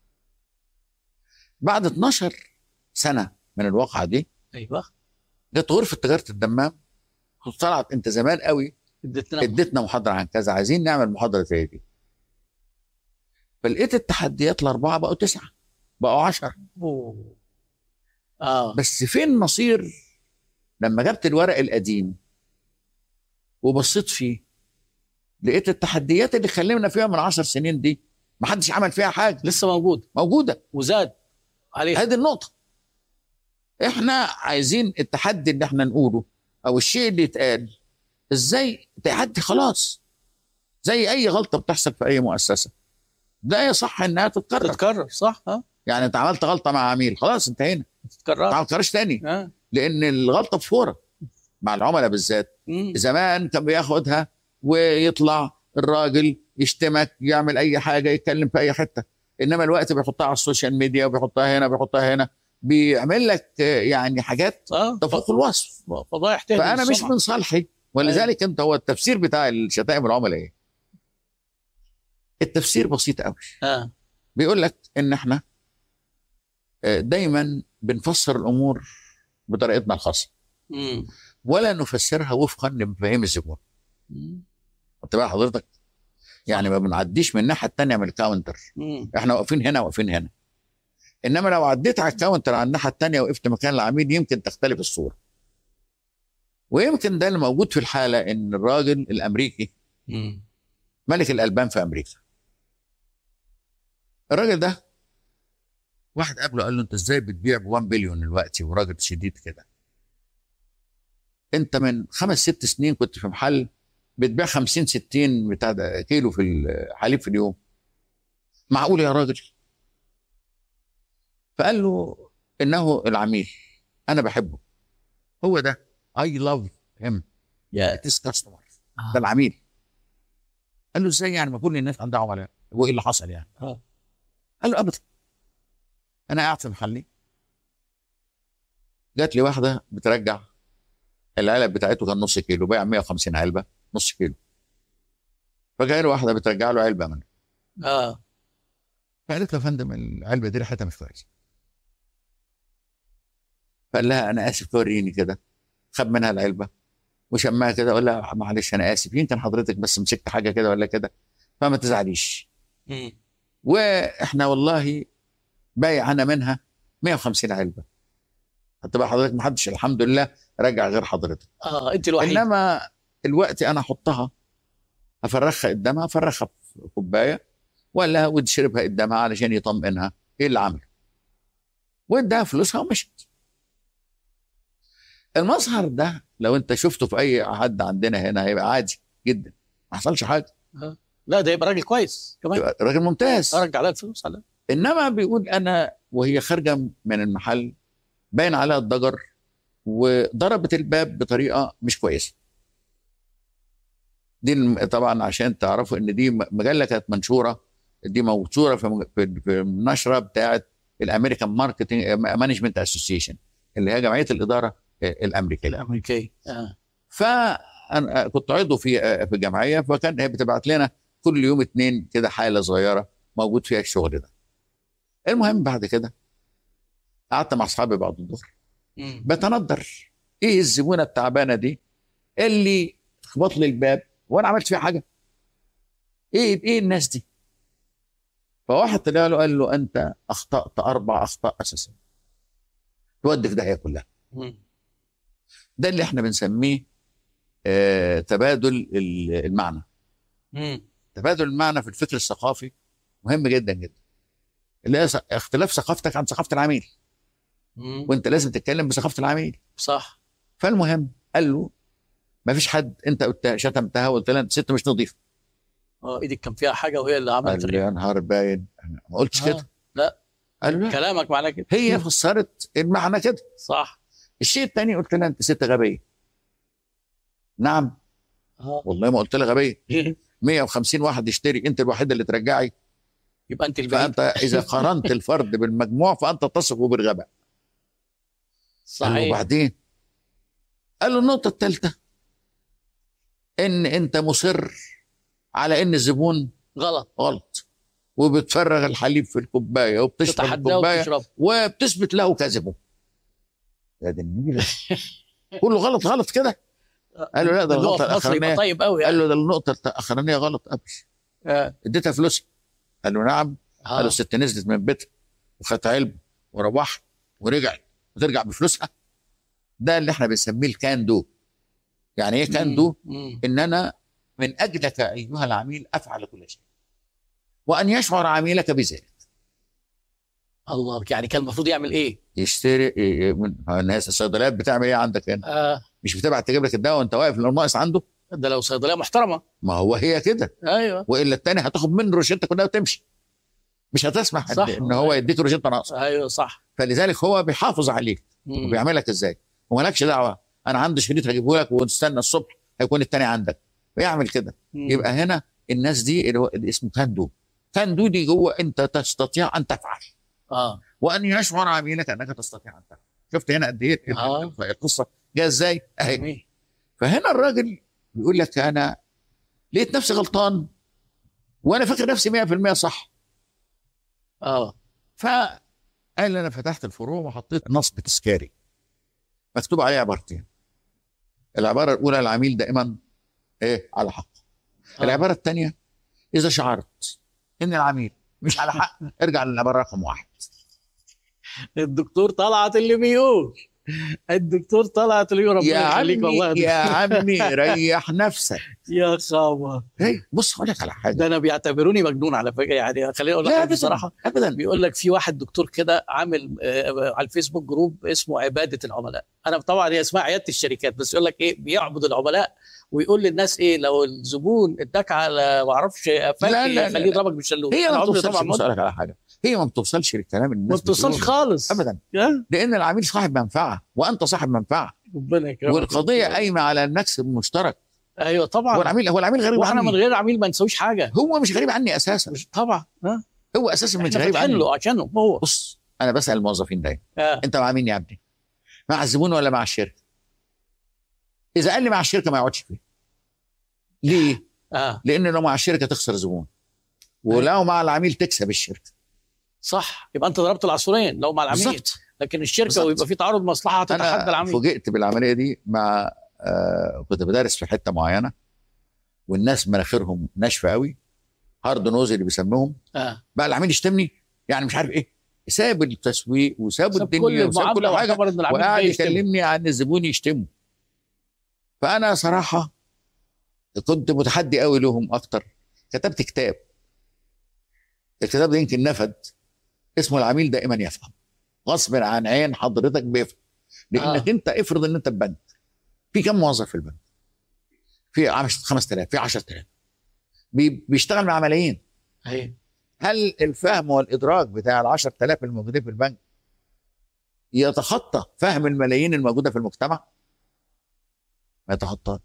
بعد اتناشر سنه من الواقعه دي ايوه جت غرفه تجاره الدمام، طلعت انت زمان قوي اديتنا. اديتنا محاضره عن كذا، عايزين نعمل محاضره زي دي. فلقيت التحديات الاربعه بقوا تسعه، بقوا عشرة. أوه. اه بس فين مصير لما جبت الورق القديم وبصيت فيه، لقيت التحديات اللي خلينا فيها من عشر سنين دي ما حدش عمل فيها حاجه، لسه موجود موجوده وزاد عليه. هذه النقطه. احنا عايزين التحدي اللي احنا نقوله او الشيء اللي يتقال ازاي تحدي خلاص، زي اي غلطه بتحصل في اي مؤسسه ده يصح انها تتكرر. تتكرر صح. ها يعني انت عملت غلطه مع عميل خلاص انتهينا، تتكرر ما تكررش تاني، اه. لان الغلطه بفوره مع العملاء بالذات. مم. زمان كان بياخدها ويطلع الراجل يشتمك، يعمل اي حاجه، يتكلم في اي حته، انما الوقت بيحطها على السوشيال ميديا وبيحطها هنا بيحطها هنا، بيعمل لك آه، يعني حاجات اه تفوق الوصف. فضايح تهدم فانا مش السمعة. من صالحي، ولذلك انت هو التفسير بتاع الشتائم العملاء ايه؟ التفسير بسيط قوي. اه بيقول لك ان احنا آه، دايما بنفسر الامور بطريقتنا الخاصه مم. ولا نفسرها وفقا لمفاهيم الزبون. مم. خدت بال حضرتك؟ يعني ما بنعديش من الناحيه الثانيه من الكاونتر، مم. احنا واقفين هنا واقفين هنا. انما لو عديت على الكاونتر على الناحيه الثانيه وقفت مكان العميل يمكن تختلف الصوره. ويمكن ده اللي موجود في الحاله، ان الراجل الامريكي مم. ملك الالبان في امريكا. الراجل ده واحد قبله قال له انت ازاي بتبيع ب واحد بليون دلوقتي وراجل شديد كده؟ انت من خمس ست سنين كنت في محل بتبيع خمسين ستين بتاع ده كيلو في الحليب في اليوم، معقول يا راجل؟ فقال له انه العميل انا بحبه، هو ده اي لاف هيم يا اتس كاستمر، ده العميل. قال له ازاي يعني ما كل الناس عندها عملاء، هو ايه اللي حصل يعني؟ اه قال له ابدا، انا قاعد في محلي جات لي واحده بترجع العلب بتاعته، كان نص كيلو، بايع مية وخمسين علبه نص كيلو، فجاي له واحده بترجع له علبه منه. اه فقالت له يا فندم العلبه دي ريحتها مش كويسه. فقال لها انا اسف وريني كده، خد منها العلبه وشمها كده وقال لها معلش انا اسف يمكن حضرتك بس مسكت حاجه كده ولا كده، فما تزعليش، مم. واحنا والله بايع انا منها مية وخمسين علبه، هتبقى حضرتك ما حدش الحمد لله رجع غير حضرتك، اه انت الوحيد. انما الوقت انا احطها افرخها قدامها، افرخها في كوبايه ولا وتشربها قدامها علشان يطمئنها ايه اللي عمله، واداها فلوسها ومشت. المظهر ده لو انت شفته في اي حد عندنا هنا هيبقى عادي جدا، ما حصلش حاجه، آه. لا ده يبقى راجل كويس كمان، يبقى راجل ممتاز. ارجع عليها الفلوس على. انما بيقول انا وهي خارجه من المحل باين عليها الضجر وضربت الباب بطريقه مش كويسه. دي الم- طبعا عشان تعرفوا ان دي م- مجله كانت منشوره، دي منشوره في مج- في في النشره بتاعه الامريكان ماركتنج مانجمنت اسوسيشن اللي هي جمعيه الاداره الامريكيه. الامريكي اه. فانا كنت عضو في في الجمعيه، فكان هي بتبعت لنا كل يوم اتنين كده حاله صغيره موجود فيها الشغل ده. المهم بعد كده قعدت مع اصحابي بعد الظهر مم. بتندر ايه الزبونه التعبانه دي اللي خبط لي الباب وانا عملت فيها حاجه، ايه ايه الناس دي؟ فواحد طلع له قال له انت اخطات اربع اخطاء اساسيه تودي في داهيه كلها. مم. ده اللي احنا بنسميه آه تبادل ال- المعنى. مم. تبادل المعنى في الفكر الثقافي مهم جدا جدا، اللي هي ث- اختلاف ثقافتك عن ثقافه العميل، مم. وانت لازم تتكلم بثقافه العميل. صح. فالمهم قال له ما فيش حد انت قلت شتمتها وقلت لها انت ست مش نظيفه. اه ايدك كان فيها حاجه وهي اللي عملت قال لي ريحه. يا نهار باين انا ما قلتش آه. كده. لا قال له لا، كلامك معناه كده. هي فسرت المعنى كده. صح. الشيء الثاني قلت لها انت ست غبيه. نعم. اه والله ما قلت لها غبيه. مية وخمسين واحد يشتري، انت الوحيده اللي ترجعي. يبقى انت البعيد. فانت اذا قارنت الفرد بالمجموع فانت تصف بالغباء. قال له صحيح. وبعدين؟ قال له النقطه الثالثه ان انت مصر على ان الزبون غلط. غلط، وبتفرغ الحليب في الكوبايه وبتشرب تتحداه الكوبايه وتشرب. وبتثبت له كذبه. يا دي النيله، كله غلط غلط كده. قال له لا، ده اللغة الغلطه في مصر يبقى الاخرانيه. طيب قوي قال يعني. له ده النقطه الاخرانيه غلط قبل. اه اديتها فلوسها. قال له نعم. قال له اه الست نزلت من بيتها وخدت علبه وروحت ورجعت وترجع بفلوسها. ده اللي احنا بنسميه الكان دو. يعني ايه كان دو؟ مم. ان انا من اجلك ايها العميل افعل كل شيء، وان يشعر عميلك بذلك. الله، يعني كان المفروض يعمل ايه؟ يشتري إيه من الناس. الصيدليات بتعمل ايه عندك هنا؟ آه مش بتبعت تجيب لك الدواء وانت واقف لو ناقص عنده؟ ده لو صيدليه محترمه. ما هو هي كده. ايوه والا الثاني هتاخد منه الروشته كلها وتمشي، مش هتسمح صح. ان هو يديك روشته ناقصه. ايوه صح. فلذلك هو بيحافظ عليك مم. وبيعملك ازاي، ومالكش دعوه. انا عندي شريط هجيبه لك ونستنى الصبح هيكون الثاني عندك، ويعمل كده. مم. يبقى هنا الناس دي اللي هو اللي اسمه كاندو. كاندو دي جوه انت تستطيع ان تفعل، اه وان يشعر عميلك انك تستطيع ان تفعل. شفت هنا قد ايه آه. القصه جايه ازاي اهي. جميل. فهنا الراجل بيقول لك انا لقيت نفسي غلطان وانا فاكر نفسي مية في المية صح. اه فقال انا فتحت الفروع وحطيت نصب تذكاري مكتوب عليه عبارتين. العباره الاولى العميل دائما ايه على حق. آه. العباره الثانيه اذا شعرت ان العميل مش على حق ارجع للعباره رقم واحد. الدكتور طلعت اللي بيقول الدكتور طلعت اللي بيقول. ربنا يا يخليك عمي والله. يا عمي ريح نفسك. يا خبر. هي بص اقول لك على حاجه. ده انا بيعتبروني مجنون على فكره، يعني خليني اقول لك لا حاجة ابدا بصراحه. ابدا. بيقول لك في واحد دكتور كده عامل آه، على الفيسبوك جروب اسمه عباده العملاء. انا طبعا هي اسمها عياده الشركات، بس يقول لك ايه بيعبد العملاء ويقول للناس ايه لو الزبون اداك على ما اعرفش قفاك لا، لا، لا، خليه لا. يضربك بالشلوت. هي أنا ما عمري بتوصلش. طبعا بص ما اقول لك على حاجه، هي ما بتوصلش للكلام اللي ما الناس بتوصلش بتقوله. خالص ابدا. يا لان العميل صاحب منفعه وانت صاحب منفعه، ربنا يكرمك. والقضيه قايمه على المكسب المشترك. ايوه طبعا. هو العميل هو العميل غريب واحنا عني. من غير عميل ما نسويش حاجه. هو مش غريب عني اساسا. مش طبعا. ها هو اساسا مش احنا غريب فاتحين عني. له عشانه هو. بص انا بسال الموظفين دايما آه. انت مع مين يا ابني؟ مع الزبون ولا مع الشركه؟ اذا قال لي مع الشركه ما يقعدش فيه. ليه؟ اه لان لو مع الشركه تخسر زبون، ولو مع العميل تكسب الشركه. صح. يبقى انت ضربت العصفورين لو مع العميل. بالظبط. لكن الشركه بالظبط. ويبقى في تعارض مصلحه هتتحدى انا العميل. فوجئت بالعمليه دي مع آه كنت بدرس في حته معينه والناس مناخيرهم ناشفه قوي، هارد نوز اللي بيسموهم. اه بقى العميل يشتمني يعني مش عارف ايه، ساب التسويق وساب ساب الدنيا كل وساب كل المعامله حاجه واعتبر ان العميل وقاعد جاي يشتمه. يكلمني عن الزبون يشتمه. فانا صراحه كنت متحدي قوي لهم اكتر. كتبت كتاب، الكتاب ده يمكن نفد، اسمه العميل دائما يفهم. غصب عن عين حضرتك بيفهم. لانك آه. انت افرض ان انت بنك، في كم موظف في البنك؟ في خمسة آلاف، في عشرة آلاف، بي- بيشتغل مع ملايين. ايوه هل الفهم والادراك بتاع ال عشرة آلاف الموجودين في البنك يتخطى فهم الملايين الموجوده في المجتمع؟ ما يتخطاش.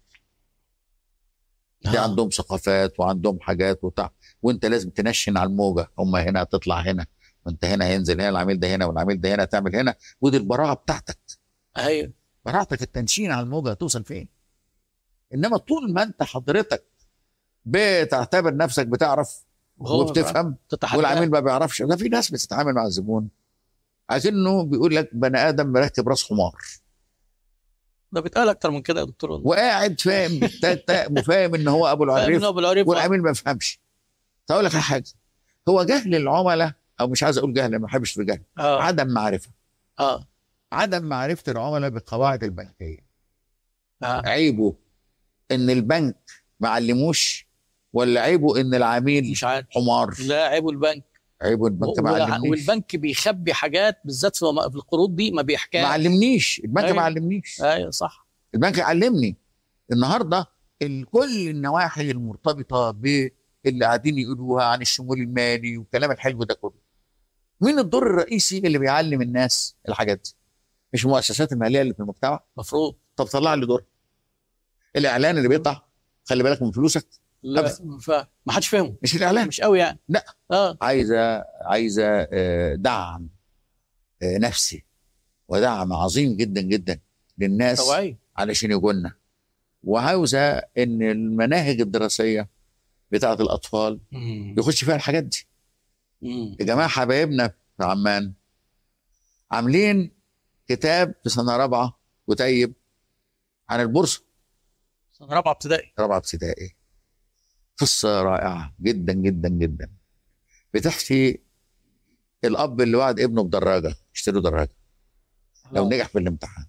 دي آه. عندهم ثقافات وعندهم حاجات وبتاع، وانت لازم تنشن على الموجه. هم هنا تطلع هنا، وانت هنا هينزل هنا، العميل ده هنا والعميل ده هنا، تعمل هنا. ودي البراعه بتاعتك. ايوه براعتك التنشين على الموجه هتوصل فين؟ انما طول ما انت حضرتك بتعتبر نفسك بتعرف وهو وبتفهم تتحدى. والعميل ما بيعرفش. ده في ناس بتتعامل مع الزبون عايزينه بيقول لك بني ادم مركب راس حمار، ده بيتقال اكتر من كده يا دكتور والله. وقاعد فاهم بالتاتا وفاهم ان هو ابو فاهم العريف إن هو بالعريف. والعميل ما يفهمش. هقول لك على حاجه، هو جهل العملاء، او مش عايز اقول جهل، ما بحبش في جهل، اه عدم معرفه. اه عدم معرفه العملاء بالقواعد البنكيه. اه عيبه ان البنك ما علموش، ولا عيبه ان العميل مش عارف. حمار؟ لا عيبه البنك. عيبه البنك ما ولا- علمنيش. والبنك بيخبي حاجات بالذات في في القروض دي ما ما بيحكيهاش. علمنيش البنك، أيوة. ما علمنيش. ايوه صح. البنك علمني. النهارده ال- كل النواحي المرتبطه باللي قاعدين يقولوها عن الشمول المالي والكلام الحلو ده كله، مين الدور الرئيسي اللي بيعلم الناس الحاجات دي؟ مش المؤسسات الماليه اللي في المجتمع؟ مفروض. طب طلع لي دور الاعلان اللي بيطلع خلي بالك من فلوسك. لا فما حدش فاهمه، مش الاعلام، مش قوي يعني. لا. اه عايزه عايزه آه، دعم آه، نفسي ودعم عظيم جدا جدا للناس توعية. علشان يجولنا. وعاوزه ان المناهج الدراسيه بتاعه الاطفال مم. يخش فيها الحاجات دي. مم. يا جماعه حبايبنا في عمان عاملين كتاب في سنه رابعه كتيب عن البورصه. سنة رابعة ابتدائي. رابعه ابتدائي. قصه رائعه جدا جدا جدا، بتحكي الاب اللي وعد ابنه بدراجه، اشتروا دراجه لو نجح في الامتحان.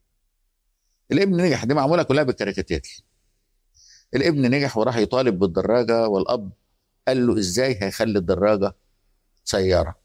الابن نجح، دي معموله كلها بالكاريكاتير. الابن نجح وراح يطالب بالدراجه، والاب قال له ازاي هيخلي الدراجه سياره.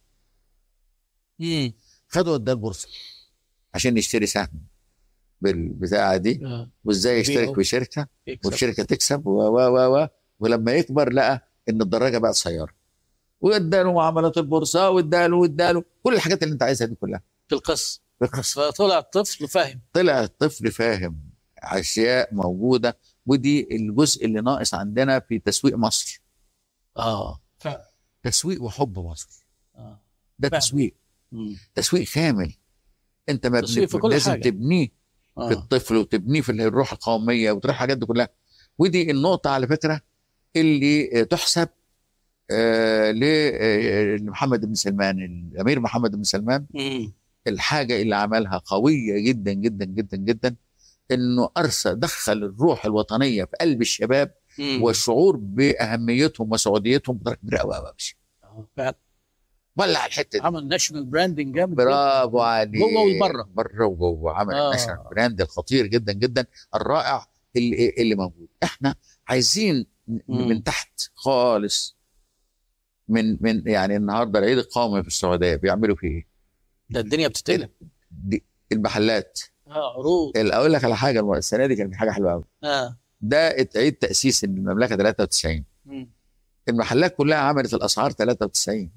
امم خدوا اداه البورصه عشان يشتري سهم بالبتاعه دي، آه. وازاي يشترك يبيعه. في شركه يكسب. والشركه تكسب و و و و ولما يكبر لقى ان الدراجه بقت سياره، واداله معاملات البورصه، واداله واداله كل الحاجات اللي انت عايزها دي كلها في القصة. بالقصه. فطلع الطفل فاهم. طلع الطفل فاهم اشياء موجوده، ودي الجزء اللي ناقص عندنا في تسويق مصر. اه فعلا. تسويق وحب مصر، اه ده فعلا. تسويق. مم. تسويق كامل. انت ما تسويق في كل لازم حاجة. تبنيه في اه الطفل، وتبنيه في الروح القوميه، وتروح الحاجات دي كلها. ودي النقطه على فكره اللي تحسب آه لمحمد بن سلمان، الامير محمد بن سلمان. مم. الحاجه اللي عملها قويه جدا جدا جدا جدا، انه ارسى دخل الروح الوطنيه في قلب الشباب، مم. والشعور باهميتهم وسعوديتهم بطريقه كبيره قوي قوي. آه، فعلا. ولع الحته دي. عمل ناشونال براندنج جامد برافو جدا. عليك. جوه وبره. بره وجوه، عمل آه. الناشونال براند الخطير جدا جدا الرائع اللي, اللي موجود. احنا عايزين مم. من تحت خالص، من من يعني النهارده العيد القومي في السعوديه بيعملوا فيه ايه؟ ده الدنيا بتتقلب. دي المحلات. اه عروض. اقول لك على حاجه، السنه دي كان في حاجه حلوه قوي. اه ده عيد تاسيس المملكه ثلاثة وتسعين. مم. المحلات كلها عملت الاسعار ثلاثة وتسعين.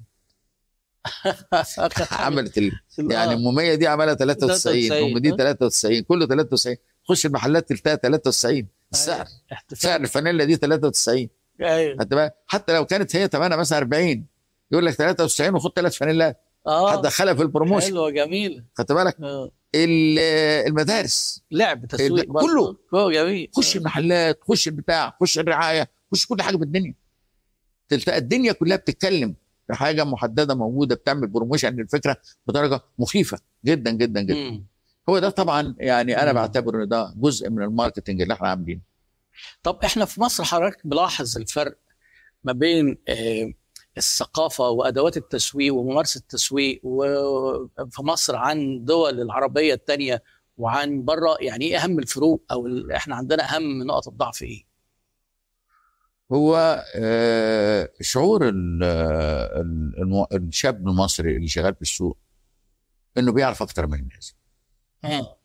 عملت ال... يعني ام مية دي عملها ثلاثة وتسعين، ام دي ثلاثة وتسعين، كله ثلاثة وتسعين. خش المحلات تلتها ثلاثة وتسعين السعر. سعر الفانيلا دي ثلاثة وتسعين. ايوه. حتى لو كانت هي ثمنها مثلا أربعين، يقول لك ثلاثة وتسعين وخد ثلاث فانيلات. اه هتدخلها في البروموشن. حلوه جميله. خدت بالك؟ آه. المدارس لعب تسويق كله. هو جميل. خش المحلات، خش البتاع، خش الرعايه، خش كل حاجه في الدنيا. تلتقى الدنيا كلها بتتكلم في حاجه محدده موجوده، بتعمل بروموشن للفكره بدرجه مخيفه جدا جدا جدا. مم. هو ده طبعا يعني انا مم. بعتبر ان ده جزء من الماركتنج اللي احنا عاملينه. طب احنا في مصر حضرتك ملاحظ الفرق ما بين آه الثقافة وأدوات التسويق وممارسة التسويق وفي مصر عن دول العربية التانية وعن بره؟ يعني ايه أهم الفروق، أو احنا عندنا أهم نقط الضعف ايه؟ هو آه شعور ال ال الشاب المصري اللي شغال في السوق انه بيعرف اكتر من الناس. اه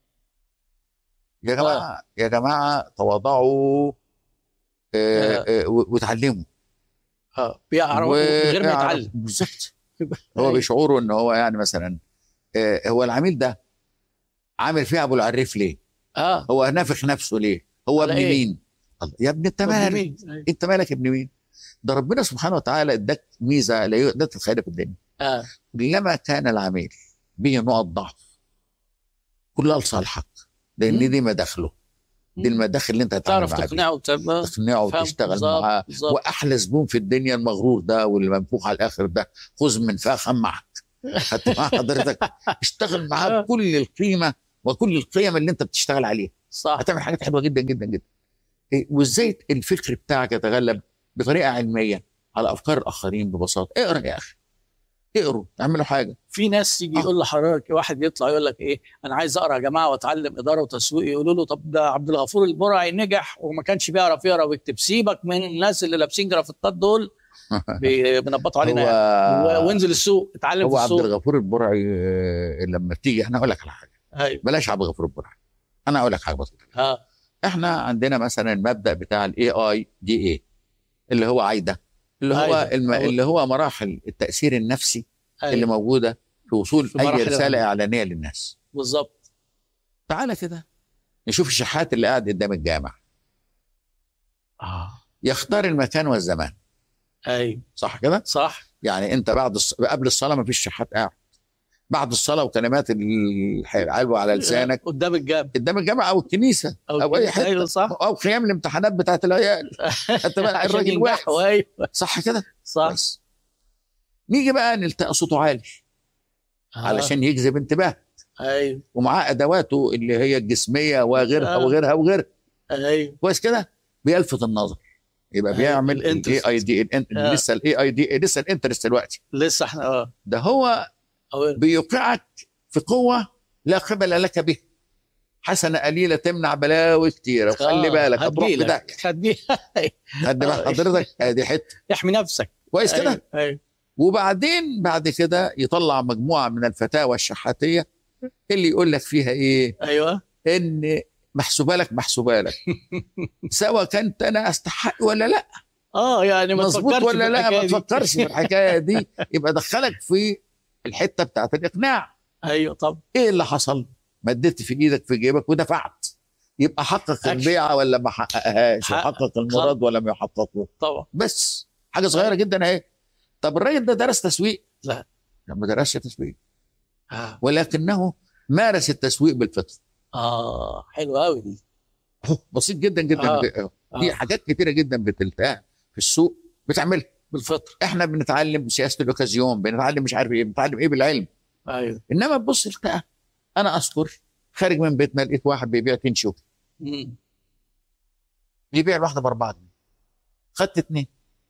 يا جماعة آه. يا جماعة تواضعوا آه آه وتعلموا. اه بيعرف من غير ما يتعلم. بالظبط. هو بيشعروا ان هو يعني مثلا آه هو العميل ده عامل فيها ابو العريف ليه؟ اه هو نافخ نفسه ليه؟ هو ابن إيه؟ مين؟ يا ابن انت مالك؟ انت مالك ابن مين؟ ده ربنا سبحانه وتعالى اداك ميزه لا تتخيلها في الدنيا. اه لما كان العميل به نقط ضعف كلها لصالحك، لان دي مداخله، دي المداخل اللي انت هتعرف تقنعه تقنعه وتشتغل معاه. واحلى زبون في الدنيا المغرور ده واللي منفوخ على الاخر ده، خذ من فاخم معك. حتى مع حضرتك اشتغل معاه بكل القيمه وكل القيم اللي انت بتشتغل عليها. صح. هتعمل حاجات حلوه جدا جدا جدا. وازاي الفكر بتاعك يتغلب بطريقه علميه على افكار الاخرين ببساطه. اقرا يا اخي، اقروا، اعملوا حاجه. في ناس يجي يقول لحضرتك، واحد يطلع يقول لك ايه، انا عايز اقرا يا جماعه واتعلم اداره وتسويق. يقولوا له طب ده عبد الغفور البرعي نجح وما كانش بيعرف يقرا ويكتب. سيبك من الناس اللي لابسين جرافتات دول بينبطوا علينا هو... يعني. وانزل السوق اتعلم هو في السوق. عبد الغفور البرعي لما بتيجي، انا اقول لك على حاجه. أيوة. بلاش عبد الغفور البرعي، انا اقول لك حاجه بسيطه. اه احنا عندنا مثلا المبدا بتاع الاي اي دي اي اللي هو عايده، اللي هو عايدة. الم... اللي هو مراحل التاثير النفسي. أيوة. اللي موجوده في وصول في اي رساله الأمن. اعلانيه للناس. بالظبط. تعالى كده نشوف الشحات اللي قاعد قدام الجامع، اه يختار المكان والزمان. ايوه صح كده؟ صح. يعني انت بعد الص... قبل الصلاه ما فيش شحات قاعد، بعد الصلاه وكلمات الحلوه على لسانك قدام الجامع، قدام الجامعه او الكنيسه او او اي الكنيسة. ايوه حته، صح. او خيام الامتحانات بتاعت العيال. انت بقى عشان الراجل واقف. ينجحوا. ايوه صح كده؟ صح. كويس. نيجي بقى نلتقى صوته عالي آه. علشان يجذب انتباه، ايوه ومعاه ادواته اللي هي الجسميه وغيرها آه. وغيرها وغيرها. ايوه كويس كده؟ بيلفت النظر، يبقى أيوة. بيعمل الاي الانترست. اي دي. آه. لسه الاي اي دي لسه الانترست دلوقتي. لسه احنا اه ده هو أول. بيوقعك في قوه لا قبل لك به. حسنه قليله تمنع بلاوي كتيره، وخلي آه. بالك هتروح في هتجيلك داهيه. هتجيلك. خد بال آه. حضرتك، ادي حته. احمي نفسك. كويس كده؟ ايوه ايوه وبعدين بعد كده يطلع مجموعه من الفتاوى الشحاتيه اللي يقول لك فيها ايه؟ ايوه ان محسوبه لك محسوبه لك سواء كنت انا استحق ولا لا، اه يعني ما مظبوط تفكرش ولا في لا، ما الحكاية دي. تفكرش في الحكايه دي. يبقى دخلك في الحته بتاعت الاقناع. ايوه طب ايه اللي حصل؟ مديت في ايدك في جيبك ودفعت، يبقى حقق أكشن. البيعه ولا ما حققهاش، حقق. وحقق المراد ولا ما يحققه. طبعا. بس حاجه صغيره جدا اهي. طب الراجل ده درس تسويق؟ لا. ما درسش تسويق، اه, ولكنه مارس التسويق بالفطره. آه. حلو قوي دي. بسيط جدا جدا. آه. في آه. حاجات كتيره جدا بتلتقى في السوق بتعملها بالفطره. احنا بنتعلم سياسه الاوكازيون، بنتعلم مش عارف ايه، بنتعلم ايه بالعلم. ايوه انما تبص التقى، انا اذكر خارج من بيتنا لقيت واحد بيبيع تين شوكي، مم. بيبيع الواحده باربعه جنيه، خدت اتنين.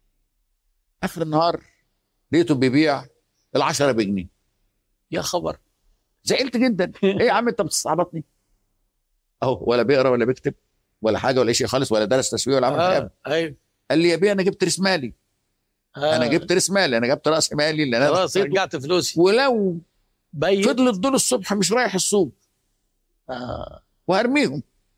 اخر النهار لقيته بيبيع العشره بجنيه. يا خبر. زعلت جدا. ايه يا عم انت بتستعبطني؟ اهو ولا بيقرا ولا بيكتب ولا حاجه ولا شيء خالص، ولا درس تسويق ولا عمل آه. حاجه. ايوه قال لي يا بيه انا جبت راس مالي. آه. انا جبت راس مالي، انا جبت راس مالي اللي انا خلاص حطيته. رجعت فلوسي. ولو بيت. فضلت دول الصبح مش رايح السوق آه. وهرميهم.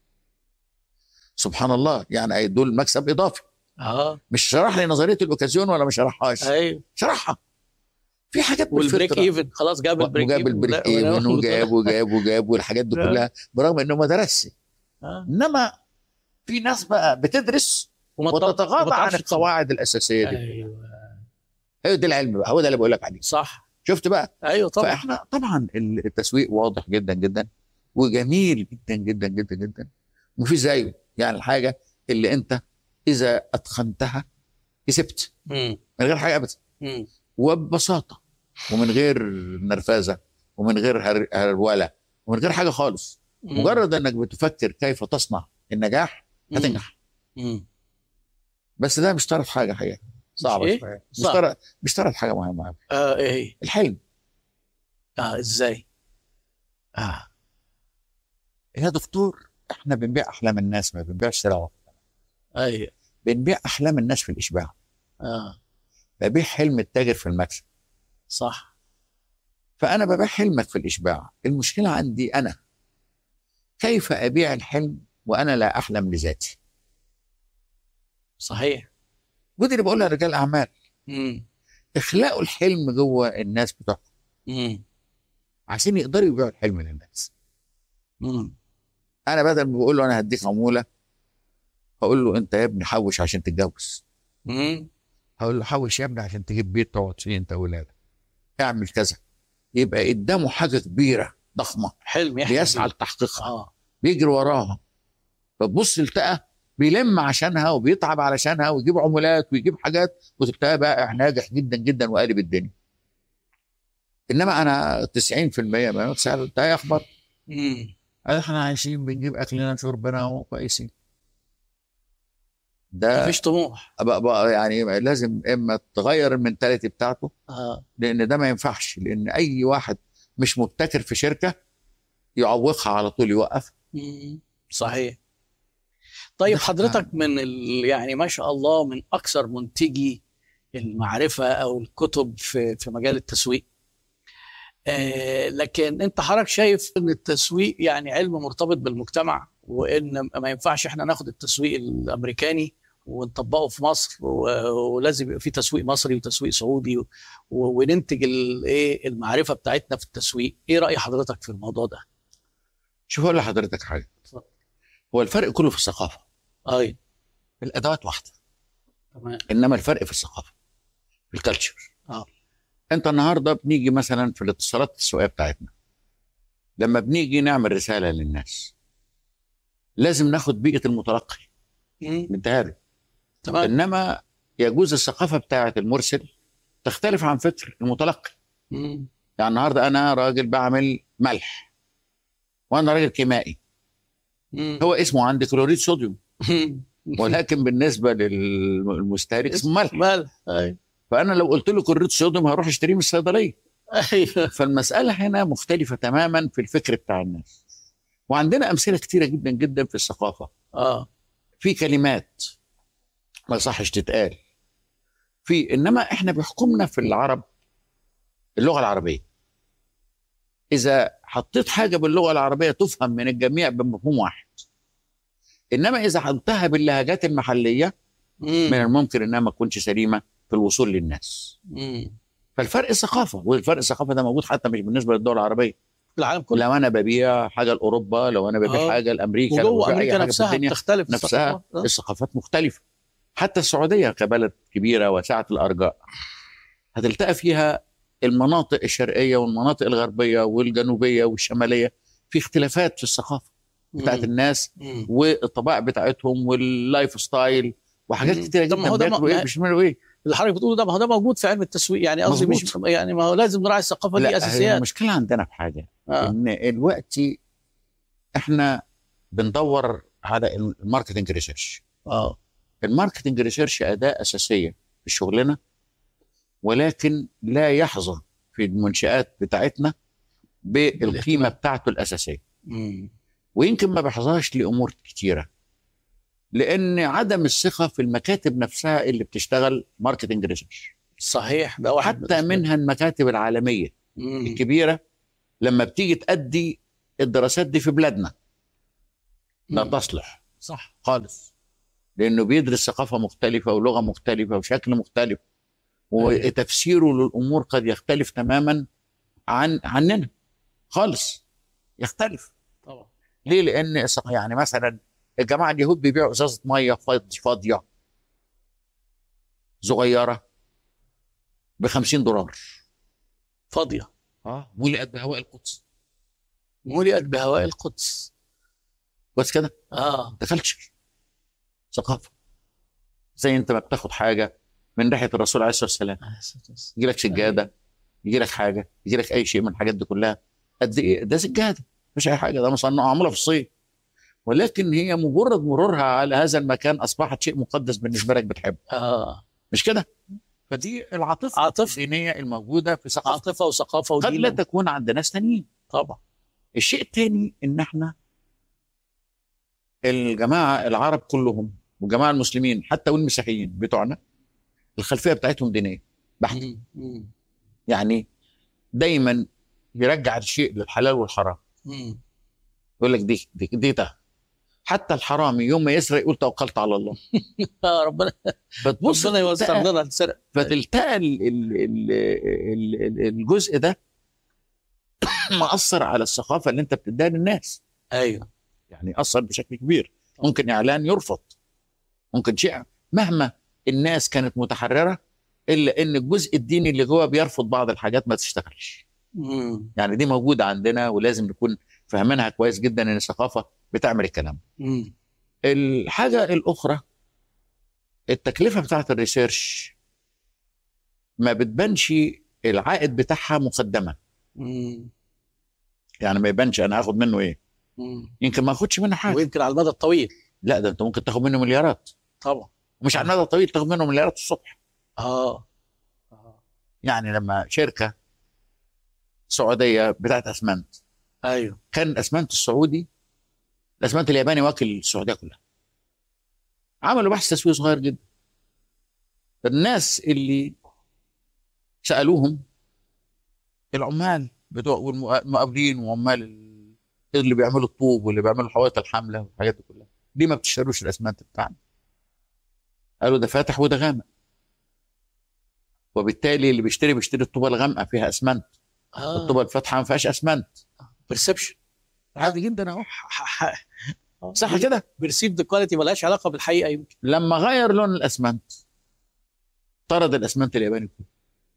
سبحان الله، يعني دول مكسب اضافي. اه مش شرح لي نظريه الاوكازيون ولا ما شرحهاش؟ ايوه. شرحها. في حاجات والبريك بالفطرة. ايفن خلاص جاب البريك وجاب ايفن. البريك ولا- ايفن ولا- وجاب وجاب وجاب والحاجات دي كلها، برغم انه ما درسش. آه. انما في ناس بقى بتدرس وما وتتغاضى وما عن تعرفش القواعد الاساسيه دي. ايوه هي دي العلم بقى، هو ده اللي بقول لك عليه. صح. شفت بقى؟ ايوه طبعا. فاحنا طبعا التسويق واضح جدا جدا وجميل جدا جدا جدا جدا، وفي زيه. يعني الحاجه اللي انت اذا اتقنتها كسبت مم. من غير حاجه ابدا، مم. وببساطه ومن غير نرفزه ومن غير هر- هروله ومن غير حاجه خالص. مم. مجرد انك بتفكر كيف تصنع النجاح هتنجح. مم. بس ده مش طرف حاجه حقيقه صعبه إيه؟ شويه. مش صعب. طرف مش طرف حاجه مهمه أوي. اه ايه هي؟ الحلم. اه ازاي؟ اه يا دكتور احنا بنبيع احلام الناس، ما بنبيعش سلع. ايوه بنبيع احلام الناس في الاشباع. اه ببيع حلم التاجر في المكسب. صح. فانا ببيع حلمك في الاشباع. المشكله عندي انا كيف ابيع الحلم وانا لا احلم لذاتي. صحيح. ودي اللي بقولها لرجال الاعمال، امم اخلاقوا الحلم جوه الناس بتوعهم امم عشان يقدروا يبيعوا الحلم للناس. امم انا بدل ما بقول له انا هديك عموله، هقول له انت يا ابني حوش عشان تتجوز. امم هقول له حوش يا ابني عشان تجيب بيت تقعد فيه انت واولادك. اعمل كذا. يبقى قدامه حاجه كبيره ضخمه حلم يحلم بيسعى بيه. لتحقيقها، اه بيجري وراها. فتبص التقى بيلم عشانها وبيتعب علشانها ويجيب عمولات ويجيب حاجات، وتبقى بقى ناجح جدا جدا وقالب الدنيا. انما انا تسعين في المية ما تسأل انت ايه اخبار؟ امم احنا عايشين بنجيب اكلنا وشربنا وكويسين. ده مفيش طموح. بقى بقى يعني لازم اما تغير المنتاليتي بتاعته، اه لان ده ما ينفعش. لان اي واحد مش مبتكر في شركه يعوقها على طول، يوقف. مم. صحيح. طيب ده حضرتك من ال... يعني ما شاء الله من اكثر منتجي المعرفه او الكتب في في مجال التسويق. آه لكن انت حضرتك شايف ان التسويق يعني علم مرتبط بالمجتمع، وان ما ينفعش احنا ناخد التسويق الامريكاني ونطبقه في مصر، و- ولازم يبقى في تسويق مصري وتسويق سعودي، و- وننتج الايه المعرفه بتاعتنا في التسويق. ايه راي حضرتك في الموضوع ده؟ شوف اقول لحضرتك حاجه. اتفضل. هو الفرق كله في الثقافه. اي الادوات واحده، تمام. انما الفرق في الثقافه، في الكالتشر. اه انت النهارده بنيجي مثلا في الاتصالات التسويقيه بتاعتنا، لما بنيجي نعمل رساله للناس لازم ناخد بيئه المتلقي مم. نديها له. تمام. انما يجوز الثقافه بتاعه المرسل تختلف عن فكر المتلقي. مم. يعني النهارده انا راجل بعمل ملح وانا راجل كيميائي، مم. هو اسمه عندي كلوريد صوديوم، مم. ولكن بالنسبه للمستهلك اسمه ملح. مال. ايوه فانا لو قلت له كلوريد صوديوم هروح اشتريه من الصيدليه. ايوه. فالمساله هنا مختلفه تماما في الفكر بتاع الناس. وعندنا امثله كتيره جدا جدا في الثقافه. اه في كلمات ما يصحش تتقال في، انما احنا بيحكمنا في العرب اللغه العربيه. اذا حطيت حاجه باللغه العربيه تفهم من الجميع بمفهوم واحد، انما اذا حطيتها باللهجات المحليه من مم. الممكن انها ما تكونش سليمه في الوصول للناس. مم. فالفرق الثقافه، والفرق الثقافه ده موجود حتى مش بالنسبه للدول العربيه. في العالم كله. لو انا ببيع حاجه لاوروبا، لو انا ببيع آه. حاجه لامريكا، لو وجوه ببيع اي امريكا حاجه في نفسها الدنيا بتختلف نفسها الثقافات. آه. الثقافات مختلفه. حتى السعوديه كبلد كبيره واسعه الارجاء هتلتقى فيها المناطق الشرقيه والمناطق الغربيه والجنوبيه والشماليه في اختلافات في الثقافه بتاعت مم. الناس مم. والطباع بتاعتهم واللايف ستايل وحاجات مم. كتيره طب ما جدا. هو ده بياكلوا ما- ايه بيشملوا ايه. اللي حضرتك بتقوله ده، ما هو ده موجود في علم التسويق، يعني قصدي مش مظبوط. يعني ما هو لازم نراعي الثقافه دي لا، هي اساسيات. المشكله عندنا في حاجه، اه ان الوقت احنا بندور على الماركتنج ريسيرش. اه الماركتنج ريسيرش اداه اساسيه في شغلنا، ولكن لا يحظى في المنشآت بتاعتنا بالقيمه بالاهتمام. بتاعته الاساسيه، مم. ويمكن ما بيحظاش لامور كتيره، لان عدم الثقه في المكاتب نفسها اللي بتشتغل ماركتنج ريسيرش. صحيح، ده واحد حتى من منها المكاتب العالميه مم. الكبيره لما بتيجي تأدي الدراسات دي في بلادنا لا مم. تصلح صح. خالص، لانه بيدرس ثقافه مختلفه ولغه مختلفه وشكل مختلف، وتفسيره للامور قد يختلف تماما عن عننا خالص، يختلف. طبعا. ليه؟ لان الثق- يعني مثلا الجماعه اليهود بيبيعوا ازازه ميه فاض- فاضيه صغيره ب خمسين دولار، فاضيه اه ملئت بهواء القدس، ملئت بهواء القدس. بس كده. اه ده كلتشر، ثقافه. زي انت ما بتاخد حاجه من ريحه الرسول عليه الصلاه والسلام، يجي لك سجاده، يجي لك حاجه، يجي لك اي شيء من الحاجات دي كلها. قد ايه ده سجاده، مش اي حاجه، ده مصنع معموله في الصين، ولكن هي مجرد مرورها على هذا المكان اصبحت شيء مقدس بالنسبه لك بتحبه، اه مش كده؟ فدي العاطفه عاطفه الدينيه الموجوده في ثقافه عاطفه وثقافه قد ودين. لا تكون عند ناس تانيين. طبعا. الشيء الثاني ان احنا الجماعه العرب كلهم والجماعه المسلمين حتى والمسيحيين بتوعنا الخلفيه بتاعتهم دينيه بحته. مم. مم. يعني دايما يرجع الشيء للحلال والحرام، مم. يقول لك دي دي, دي ده. حتى الحرامي يوم ما يسرق يقول توكلت على الله. آه ربنا فتبص ربنا يوسر تلتقى- لنا السرقه. فتلتقى ال- ال- ال- ال- ال- الجزء ده مأثر على الثقافه اللي انت بتديها للناس. ايوه. يعني اثر بشكل كبير. ممكن اعلان يرفض، ممكن شيء مهما الناس كانت متحرره، الا ان الجزء الديني اللي جوه بيرفض بعض الحاجات ما تشتغلش. مم. يعني دي موجوده عندنا ولازم نكون فاهمينها كويس جدا ان الثقافه بتعمل الكلام. مم. الحاجه الاخرى التكلفه بتاعت الريسيرش ما بتبانش العائد بتاعها مقدما. مم. يعني ما يبانش انا هاخد منه ايه، مم. يمكن ما اخدش منه حاجه. ويمكن على المدى الطويل. لا ده انت ممكن تاخد منه مليارات، طبعا. ومش على المدى الطويل تاخد منه مليارات الصبح. اه اه يعني لما شركه سعوديه بتاعت اسمنت، ايوه. كان الاسمنت السعودي الاسمنت الياباني واكل السعوديه كلها، عملوا بحث تسويقي صغير جدا. الناس اللي سالوهم العمال بتوع والمقاولين وعمال ال- اللي بيعملوا الطوب واللي بيعملوا الحوائط الحامله والحاجات دي كلها، ليه ما بتشتروش الاسمنت بتاعنا؟ قالوا ده فاتح وده غامق، وبالتالي اللي بيشتري بيشتري الطوبه الغامقه فيها اسمنت، اه الطوبه الفاتحه ما فيهاش اسمنت. برسبشن عادي جدا اهو. ح- ح- صح كده؟ بيرسيفد كواليتي ملهاش علاقه بالحقيقه يمكن. لما غير لون الاسمنت طرد الاسمنت الياباني كله.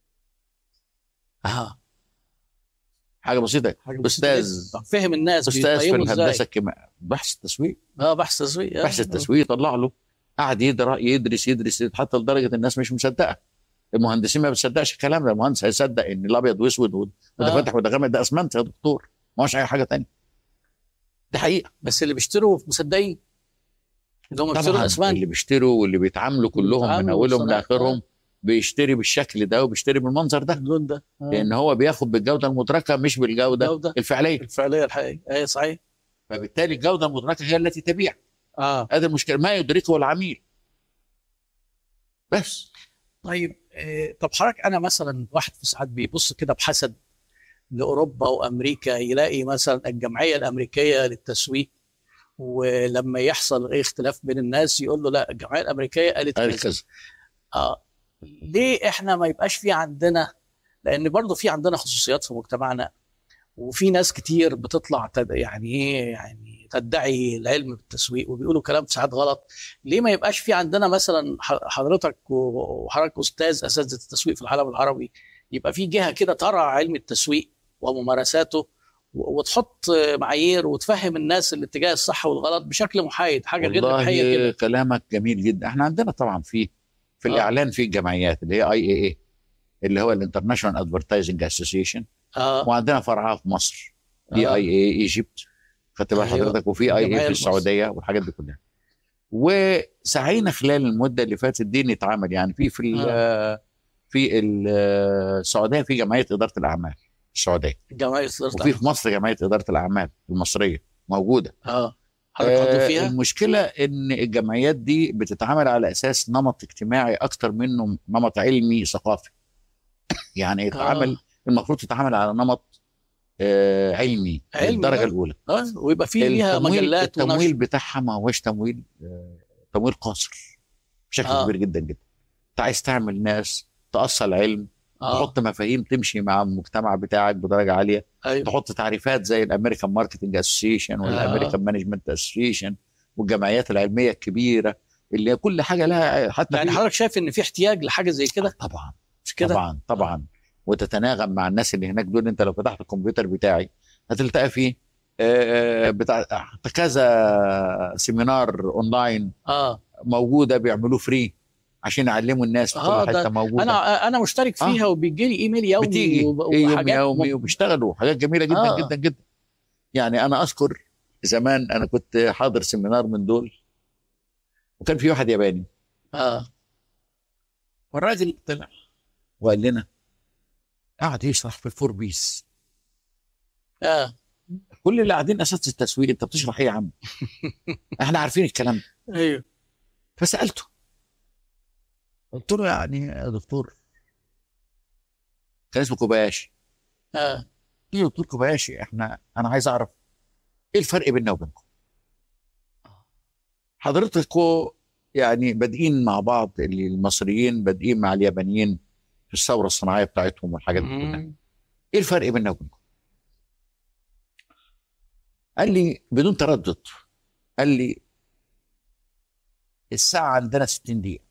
اه حاجه بسيطه. حاجه بسيطة استاذ جداً. فهم الناس استاذ في بيقيموا الهندسه ازاي. الكيميائيه، بحث التسويق، اه بحث تسويق آه. بحث التسويق طلع له، قعد يدرس يدرس يدرس حتى لدرجه الناس مش مصدقه. المهندسين ما بتصدقش الكلام ده. المهندس هيصدق ان الابيض واسود وده آه. فاتح وده غامق ده اسمنت يا دكتور، ما هوش اي حاجه ثانيه. دي حقيقه. بس اللي بيشتروا مصدقين اللي هم بيشتروا طبعا الاسمنت. اللي بيشتروا واللي بيتعاملوا كلهم من بيتعاملوا اولهم بصناعة. لاخرهم بيشتري بالشكل ده وبيشتري بالمنظر ده، اللون ده آه. لان هو بياخد بالجوده المدركه مش بالجوده الجودة الفعليه. الفعليه الحقيقيه اي صحيح. فبالتالي الجوده المدركه هي التي تبيع. اه هذه المشكله، ما يدركه العميل بس. طيب آه، طب حضرتك انا مثلا واحد في ساعات بيبص كده بحسد لاوروبا وامريكا، يلاقي مثلا الجمعيه الامريكيه للتسويق، ولما يحصل اي اختلاف بين الناس يقول له لا الجمعيه الامريكيه قالت قال كذا. كذا. اه ليه احنا ما يبقاش في عندنا؟ لان برضه في عندنا خصوصيات في مجتمعنا، وفي ناس كتير بتطلع تد... يعني ايه يعني تدعي العلم بالتسويق وبيقولوا كلام ساعات غلط. ليه ما يبقاش في عندنا مثلا ح- حضرتك وحضرتك استاذ اساتذه التسويق في العالم العربي، يبقى في جهه كده ترعى علم التسويق وممارساته و- وتحط معايير وتفهم الناس الاتجاه الصح والغلط بشكل محايد، حاجه غير ربحيه والله كده. كلامك جميل جدا. احنا عندنا طبعا في في آه. الاعلان في الجمعيات اللي هي اي اي اي اللي هو الانترناشونال ادفرتايزنج اسوسيشن، اه وعندنا فرعها في مصر في آه. اي اي ايجيبت، خدت بال أيوة. حضرتك، وفي اي الجمعية اي في المصرية. السعوديه والحاجات دي كلها. وسعينا خلال المده اللي فاتت دي نتعامل يعني في في ال- آه. في ال- السعوديه في جمعيه اداره الاعمال السعوديه، جمعيه وفي في مصر جمعيه اداره الاعمال المصريه موجوده. اه حضرتك عضو آه، فيها؟ المشكله ان الجمعيات دي بتتعامل على اساس نمط اجتماعي اكتر منه نمط علمي ثقافي. يعني يتعامل آه. المفروض تتعامل على نمط آه، علمي علمي، الدرجه آه. الاولى. اه ويبقى في ليها التمويل مجلات التمويل ونشر. بتاعها ما هوش تمويل آه، تمويل قاصر بشكل آه. كبير جدا جدا. انت عايز تعمل ناس تأصل علم، اه تحط مفاهيم تمشي مع المجتمع بتاعك بدرجه عاليه، ايوه تحط تعريفات زي الامريكان ماركتنج اسوسيشن والامريكان مانجمنت اسوسيشن والجمعيات العلميه الكبيره اللي كل حاجه لها حتى يعني في- حضرتك شايف ان في احتياج لحاجه زي كده؟ طبعا مش كده؟ طبعا طبعا وتتناغم مع الناس اللي هناك دول. انت لو فتحت الكمبيوتر بتاعي هتلتقي فيه آه، بتاع كذا سيمينار اونلاين اه موجوده بيعملوه فري عشان يعلموا الناس في اه كل حته ده موجوده. انا انا مشترك فيها آه. وبيجي لي ايميل يومي بتيجي وب- إيه يوم وحاجات يومي م- وبيشتغلوا حاجات جميله جدا آه. جدا جدا. يعني انا اذكر زمان انا كنت حاضر سيمينار من دول وكان في واحد ياباني اه والراجل طلع وقال لنا، قعد يشرح في الفور بيس. اه كل اللي قاعدين اساتذه التسويق، انت بتشرح ايه يا عم؟ احنا عارفين الكلام ده. ايوه فسالته قلت له يعني يا دكتور، كان اسمه كوباياشي، اه قلت له دكتور كوباياشي احنا انا عايز اعرف ايه الفرق بيننا وبينكم؟ حضرتكوا يعني بادئين مع بعض، اللي المصريين بادئين مع اليابانيين في الثوره الصناعيه بتاعتهم والحاجات دي كلها. مم. ايه الفرق بيننا وبينكم؟ قال لي بدون تردد، قال لي الساعه عندنا ستين دقيقه.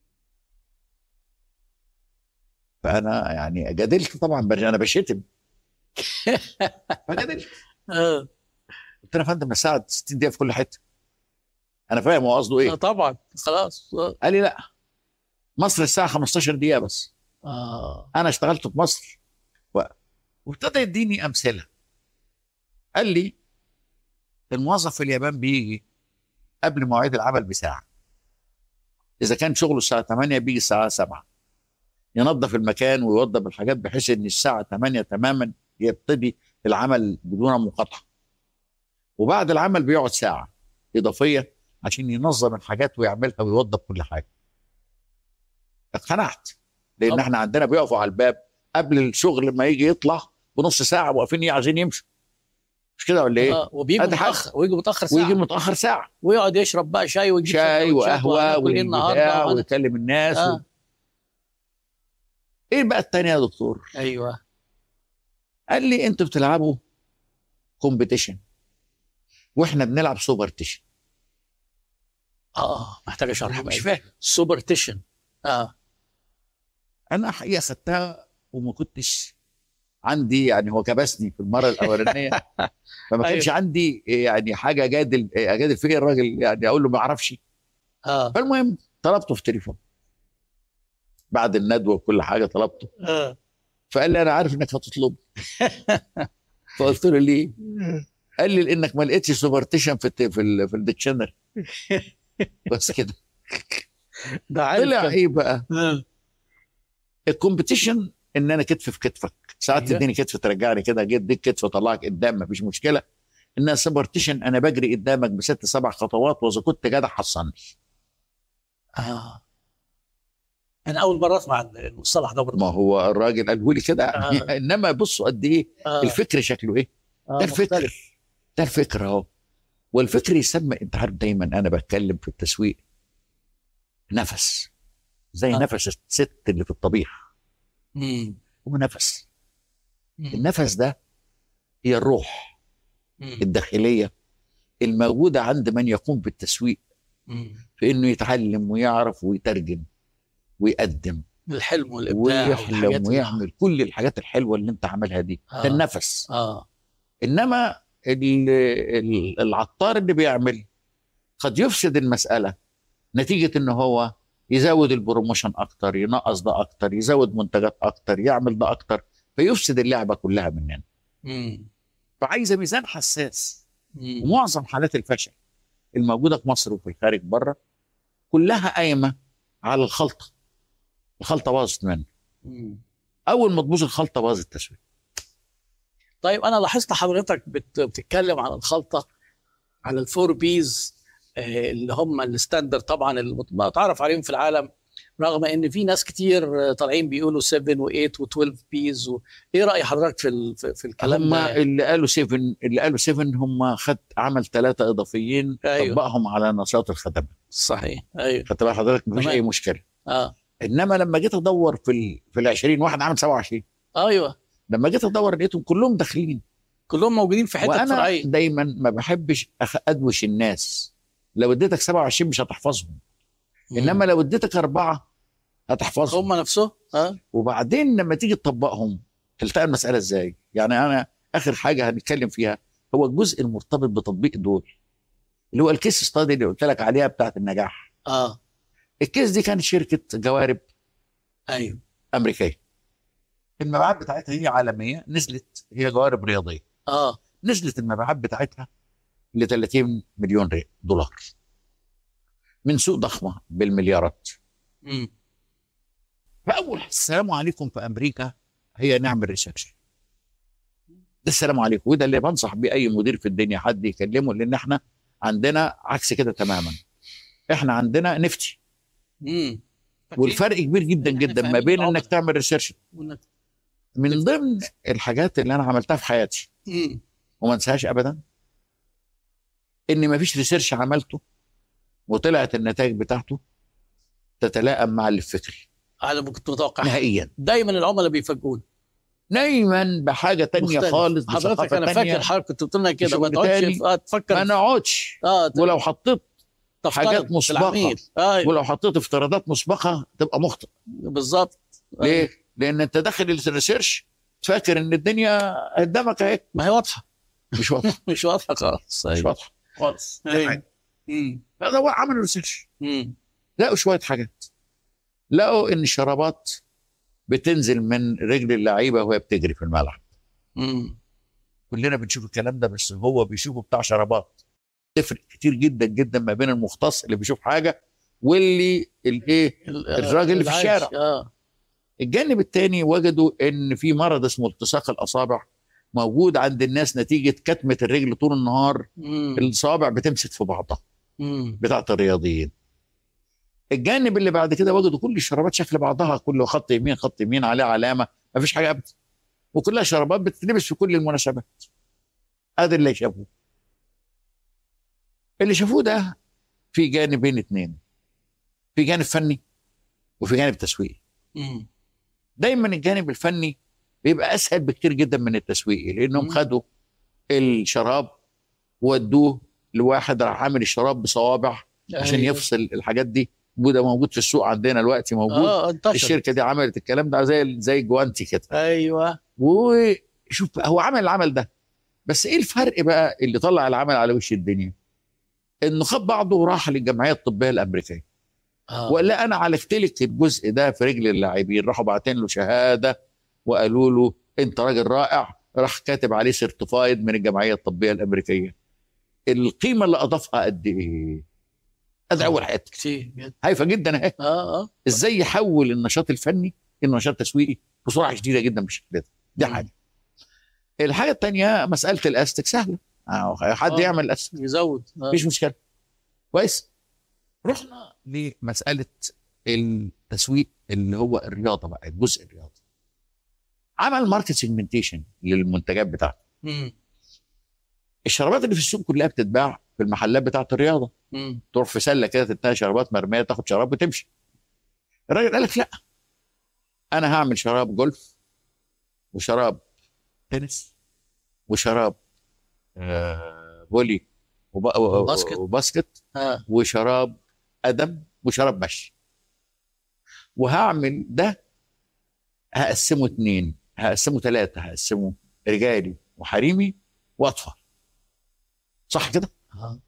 فانا يعني جادلت طبعا، برجع انا بشتم فجادلت. اه قلت له يا فندم الساعه ستين دقيقه في كل حته. انا فاهم هو قصده آه، ايه. طبعا خلاص اه قال لي لا، مصر الساعه خمستاشر دقيقه بس. اه انا اشتغلت في مصر و... وابتدى يديني امثله. قال لي الموظف في اليابان بيجي قبل مواعيد العمل بساعه، اذا كان شغله الساعه ثمانية بيجي الساعه سبعة ينظف المكان ويوضب الحاجات بحيث ان الساعه ثمانية تماما يبتدي العمل بدون مقاطعه. وبعد العمل بيقعد ساعه اضافيه عشان ينظم الحاجات ويعملها ويوضب كل حاجه. اقتنعت، لان طبعا. احنا عندنا بيقفوا على الباب قبل الشغل ما يجي يطلع بنص ساعه واقفين عايزين يمشوا، مش كده ولا ايه؟ اه وبيجي هذا حاجة. متاخر ويجي متاخر ساعه ويجي متاخر ساعه ويقعد يشرب بقى شاي ويجيب شاي سندوتشات وقهوه وهناكل ايه النهارده والبتاع وهن- ويكلم الناس و... آه. ايه بقى التانية يا دكتور؟ ايوه قال لي انتوا بتلعبوا كومبيتيشن واحنا بنلعب سوبرتيشن. اه محتاجه شرح مش بقى. فاهم. سوبرتيشن. اه انا حقيقه خدتها وما كنتش عندي، يعني هو كبسني في المره الاولانيه، فما كانش ايوه. عندي يعني حاجه اجادل اجادل فيه الراجل، يعني اقول له ما اعرفش. اه فالمهم طلبته في تليفون بعد الندوه وكل حاجه، طلبته. اه فقال لي انا عارف انك هتطلب. فقلت له ليه؟ قال لي لانك ما لقيتش سوبرتيشن في الت- في ال- في الديكشنري. بس كده. ده عارف طلع كان. ايه بقى؟ آه. الكومبيتيشن ان انا كتف في كتفك، ساعات ايوه. تديني كتف ترجعني كده، جيت اديك كتف اطلعك قدام مفيش مشكله. انها سوبرتيشن انا بجري قدامك بست سبع خطوات، واذا كنت جدع حصلني. اه انا اول مره اسمع المصطلح ده برضه. ما هو الراجل قاله لي كده يعني. اه انما بصوا قد ايه اه الفكر شكله ايه. اه ده الفكر، مختلف. ده الفكر اهو. والفكر يسمى، انت عارف دايما انا بتكلم في التسويق نفس، زي اه نفس الست اللي في الطبيخ. امم هو نفس. امم النفس ده هي الروح امم الداخليه الموجوده عند من يقوم بالتسويق، امم في انه يتعلم ويعرف ويترجم ويقدم الحلم والابداع ويحلم والحاجات اللي ويعمل كل الحاجات الحلوه اللي انت عملها دي. ده اه النفس. اه انما ال- ال- العطار اللي بيعمل قد يفسد المساله نتيجه ان هو يزود البروموشن اكتر، ينقص ده اكتر، يزود منتجات اكتر، يعمل ده اكتر، فيفسد اللعبه كلها مننا. امم فعايزه ميزان حساس. امم ومعظم حالات الفشل الموجوده في مصر وفي الخارج بره كلها قايمه على الخلطه. الخلطه باظت منه. امم اول ما تبوظ الخلطه باظ التسويق. طيب انا لاحظت حضرتك بت... بتتكلم عن الخلطه، على الفور بيز، آه، اللي هم الستاندرد طبعا اللي متعارف عليهم في العالم، رغم ان في ناس كتير آه، طالعين بيقولوا سبعة و8 و12 بيز و... ايه راي حضرتك في ال... في في الكلام هم ده؟ اللي قالوا سبعة، اللي قالوا سبعة هم خد عمل ثلاثه اضافيين ايوه طبقهم على نشاط الخدمات. صحيح ايوه خدت بال حضرتك؟ مفيش اي تمام. مشكله. اه انما لما جيت ادور في ال في ال عشرين واحد عامل سبعة وعشرين، ايوه لما جيت ادور لقيتهم كلهم داخلين. كلهم موجودين في حتت وانا فرعيه. دايما ما بحبش أخ- ادوش الناس. لو اديتك سبعة وعشرين مش هتحفظهم، انما لو اديتك اربعه هتحفظهم. هم نفسهم اه وبعدين لما تيجي تطبقهم تلتقى المساله ازاي. يعني انا اخر حاجه هنتكلم فيها هو الجزء المرتبط بتطبيق دول، اللي هو الكيس ستادي اللي قلت لك عليها بتاعت النجاح. اه الكيس دي كانت شركه جوارب ايوه امريكيه، المبيعات بتاعتها هي عالميه، نزلت هي جوارب رياضيه، اه نزلت المبيعات بتاعتها ل ثلاثين مليون ري- دولار من سوق ضخمه بالمليارات. امم فاول السلام عليكم في امريكا هي نعمل ريسيرش. ده السلام عليكم، وده اللي بنصح بيه اي مدير في الدنيا حد يكلمه، لان احنا عندنا عكس كده تماما. احنا عندنا نفتي، امم والفرق كبير جدا إحنا جدا ما فاهمين بين انك العملاء. تعمل ريسيرش. وإنك- من ضمن الحاجات اللي انا عملتها في حياتي امم وما انساهاش ابدا، ان ما فيش ريسيرش عملته وطلعت النتائج بتاعته تتلائم مع اللي في فكري انا كنت متوقع نهائيا. دايما العملاء بيفاجئوني دايما بحاجه تانية مختلف. خالص، حضرتك بثقافه انا تانية، فاكر حضرتك كنت قلت لنا كده ما بشغل تقعدش تاني. ف- تفكر ما نقعدش. اه ت- ولو حطيت تفترض حاجات في مسبقة. العميل. ايوه ولو حطيت افتراضات مسبقه تبقى مخطئ. بالظبط. ليه؟ لان انت داخل الريسيرش فاكر ان الدنيا قدامك اهي. ما هي واضحه. مش واضحه. مش واضحه خالص. مش واضحه خالص. دي أيوة. حاجة. امم فده هو عملوا ريسيرش، امم لقوا شويه حاجات. لقوا ان الشرابات بتنزل من رجل اللعيبه وهي بتجري في الملعب. امم كلنا بنشوف الكلام ده، بس هو بيشوفه بتاع شرابات. تفرق كتير جدا جدا ما بين المختص اللي بيشوف حاجه واللي الايه الراجل اللي في الشارع. اه الجانب الثاني وجدوا ان في مرض اسمه التصاق الاصابع موجود عند الناس نتيجه كتمه الرجل طول النهار. امم الاصابع بتمسك في بعضها امم بتاعت الرياضيين. الجانب اللي بعد كده وجدوا كل الشرابات شكل بعضها، كله خط يمين خط يمين عليه علامه، ما فيش حاجه ابدا، وكلها شرابات بتتلبس في كل المناسبات. هذا اللي شافوه. اللي شافوه ده في جانبين اثنين، في جانب فني وفي جانب تسويقي. امم دايما الجانب الفني بيبقى اسهل بكتير جدا من التسويقي، لانهم مم. خدوا الشراب ودوه لواحد راح عامل الشراب بصوابع عشان أيوة. يفصل الحاجات دي. وده موجود في السوق عندنا دلوقتي موجود. اه انتشر. الشركه دي عملت الكلام ده زي زي جوانتي كده. ايوه. وشوف بقى هو عمل العمل ده، بس ايه الفرق بقى اللي طلع العمل على وش الدنيا؟ انه خد بعضه وراح للجمعيه الطبيه الامريكيه آه. ولا انا عالجت لك الجزء ده في رجل اللاعبين، راحوا باعتين له شهاده وقالوا له انت راجل رائع، راح كاتب عليه سيرتيفايد من الجمعيه الطبيه الامريكيه. القيمه اللي اضافها قد ايه؟ ادي آه. اول حاجه كتير جدا. هايفه جدا اهي. اه اه ازاي يحول النشاط الفني الى نشاط تسويقي بسرعه شديده جدا بالشكل ده. دي مم. حاجه. الحاجه الثانيه مساله الاستك سهله، آه، حد آه. يعمل استك يزود. آه. مفيش مشكله. كويس. رحنا لمساله التسويق اللي هو الرياضه بقى، الجزء الرياضي. عمل ماركت سيجمنتيشن للمنتجات بتاعته. مم. الشرابات اللي في السوق كلها بتتباع في المحلات بتاعه الرياضه، مم. تروح في سله كده تلاقي شرابات مرميه، تاخد شراب وتمشي. الراجل قال لك لا، انا هعمل شراب جولف وشراب تنس وشراب آه فولي وب- وباسكت. وباسكت اه وشراب قدم وشراب مشي. وهعمل ده هقسمه اتنين، هقسمه ثلاثه، هقسمه رجالي وحريمي واطفال. صح كده؟ اه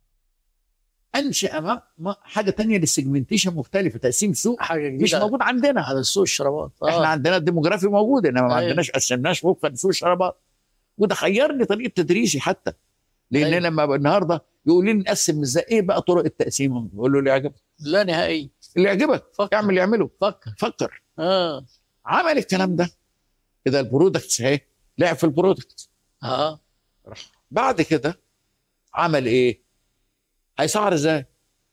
انشا ما ما حاجه تانية للسيجمنتيشن مختلفه، تقسيم سوق حاجه جديده مش موجود عندنا. على سوق الشرابات. آه. احنا عندنا الديموغرافي موجود انما ما أيوة. عندناش قسمناش وفقا لسوق الشرابات. وده خيرني طريقه تدريسي حتى، لان أيوة. لما بقى النهارده يقول لي نقسم ازاي، ايه بقى طرق التقسيم؟ بقول له اللي يعجبك، لا نهائي. اللي يعجبك فكر. اعمل اللي يعمله. فكر. فكر. اه عمل الكلام ده. اذا البرودكتس اهي لعب في البرودكت. اه بعد كده عمل ايه؟ هيسعر ازاي؟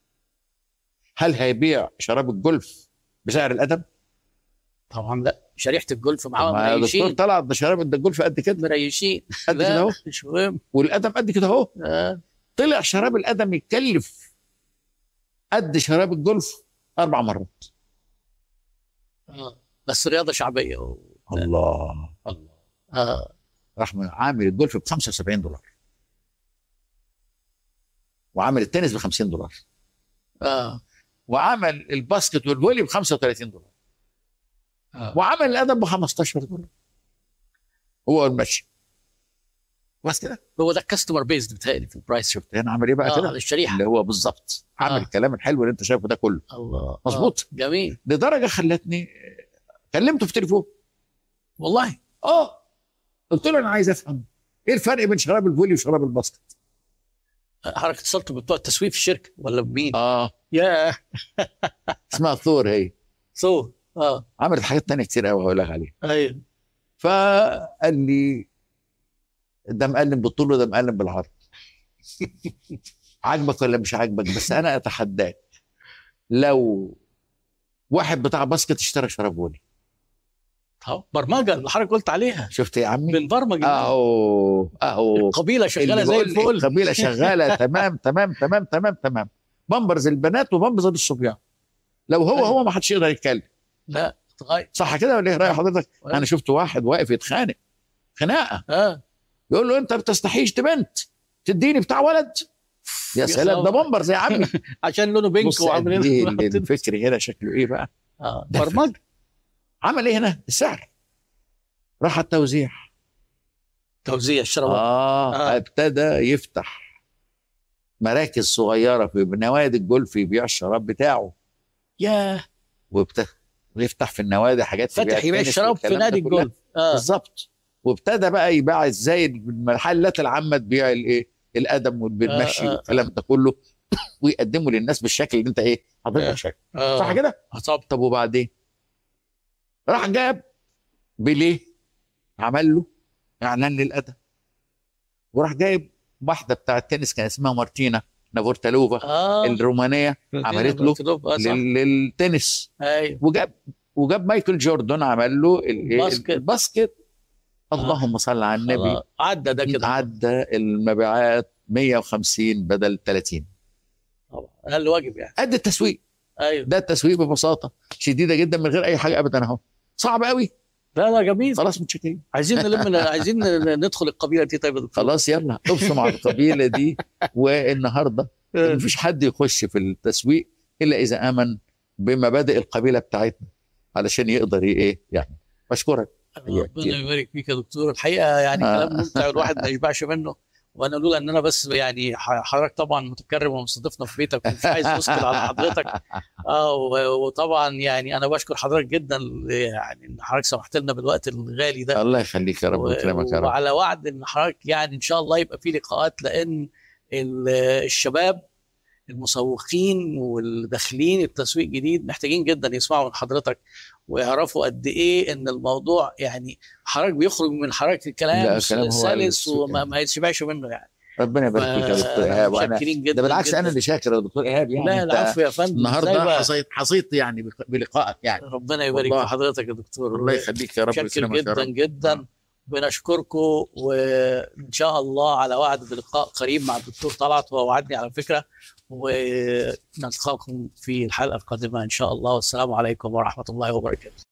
هل هيبيع شراب الجولف بسعر القدم؟ طبعا لا، شريحه الجولف معاهم ما يا دكتور مريشين. طلع ده شراب الجولف قد كده، مريشين. قد لا، كده اهو، مش مهم. والقدم قد كده اهو. آه. طلع شراب القدم يتكلف قد شراب الجولف اربع مرات. آه. بس رياضه شعبيه و... الله الله. اه راح عامل الجولف ب خمسة وسبعين دولار وعامل التنس ب خمسين دولار اه وعمل الباسكت والفولي ب خمسة وثلاثين دولار آه. وعمل القدم ب خمستاشر دولار هو المشي. بس كده. هو ده الكاستمر بيز بتهيألي في البرايس. شفت هنا عمل ايه بقى اه كده؟ على الشريحه. اللي هو بالظبط عمل آه. الكلام الحلو اللي انت شايفه ده كله. الله. مظبوط. آه. جميل لدرجه خلتني كلمته في تليفون. والله. اه قلت له انا عايز افهم ايه الفرق بين شراب الفولي وشراب الباسكت. حضرتك اتصلت بتوع التسويق في الشركه ولا بمين؟ اه ياه. اسمها ثور هي. صور. اه عملت حاجات تانية كتير قوي هقول لك عليها. ايوه. فقال لي ده مقلم بالطول وده مقلم بالعرض. عاجبك ولا مش عاجبك؟ بس انا اتحداك لو واحد بتاع باسكت اشترى شراب فولي. طب برمجه اللي حضرتك قلت عليها. شفت يا عمي؟ بنبرمج اهو اهو القبيله شغاله زي الفل. القبيله شغاله تمام تمام تمام تمام تمام. بامبرز البنات وبامبرز الصبيان. لو هو هو ما حدش يقدر يتكلم. لا تغير. صح كده ولا ايه راي حضرتك؟ أيوة. انا شفت واحد واقف يتخانق خناقه، اه يقول له انت بتستحيش تبنت تديني بتاع ولد. يا سلام ده بامبرز يا عمي. عشان لونه بينك بص قد وعاملين ايه الفكر هنا شكله ايه بقى. اه ده برمجه. عمل ايه هنا؟ السعر. راح على التوزيع. توزيع الشرابات. آه, آه. اه ابتدى يفتح مراكز صغيره في نوادي الجولف يبيع الشراب بتاعه. ياه. وابتدى يفتح في النوادي حاجات فتح يبيع التنس الشراب في والكلام نادي ده كله. الجولف. اه بالظبط. وابتدى بقى يباع ازاي المحلات العامه تبيع الايه القدم والمشي آه، آه، والكلام ده كله ويقدمه للناس بالشكل اللي انت ايه حضرتك آه. شايفه. آه. صح كده؟ آه، طب طب وبعدين راح جاب بيليه عمل له اعلان للقدم وراح جايب واحده بتاع التنس كان اسمها مارتينا نافورتالوفا اه الرومانيه عملت له آه صح. لل- للتنس. ايوه وجاب وجاب مايكل جوردن عمل له ال- الباسكت. الباسكت. اللهم صل على النبي. خلاص. عدى ده كده. عدى المبيعات مية وخمسين بدل ثلاثين. طبعا اقل واجب يعني. قد التسويق. ايوه. ده التسويق ببساطه شديده جدا من غير اي حاجه ابدا اهو. صعب قوي. لا لا جميل. خلاص متشكرين. عايزين نلم عايزين ندخل القبيله دي. طيب يا دكتور. خلاص يلا ابصم على القبيله دي. والنهارده مفيش حد يخش في التسويق الا اذا امن بمبادئ القبيله بتاعتنا علشان يقدر ايه يعني. بشكرك. ربنا يبارك فيك يا دكتور، الحقيقه يعني آه. كلام ممتع والواحد ما يشبعش منه. وانا لولا ان انا بس يعني حضرتك طبعا متكرم ومستضيفنا في بيتك ومش عايز اسكت على حضرتك. اه وطبعا يعني انا بشكر حضرتك جدا يعني ان حضرتك سمحت لنا بالوقت الغالي ده. الله يخليك يا رب ويكرمك يا رب. وعلى وعد ان حضرتك يعني ان شاء الله يبقى في لقاءات، لان الشباب المسوقين والداخلين التسويق جديد محتاجين جدا يسمعوا من حضرتك ويعرفوا قد ايه ان الموضوع يعني حضرتك بيخرج من حضرتك الكلام سلس وما ما يتشبعش منه يعني. ربنا يبارك فيك يا دكتور ايهاب. وانا ده بالعكس جداً. انا اللي شاكر يا دكتور ايهاب يعني. لا العفو يا فندم. النهارده حصيت حصيت يعني بلقائك يعني. ربنا يبارك في حضرتك يا دكتور. الله يخليك يا رب. شكر جدا جدا. بنشكركم وان شاء الله على وعد بلقاء قريب مع الدكتور طلعت، هو وعدني على فكره، ونلقاكم في الحلقه القادمه ان شاء الله. والسلام عليكم ورحمه الله وبركاته.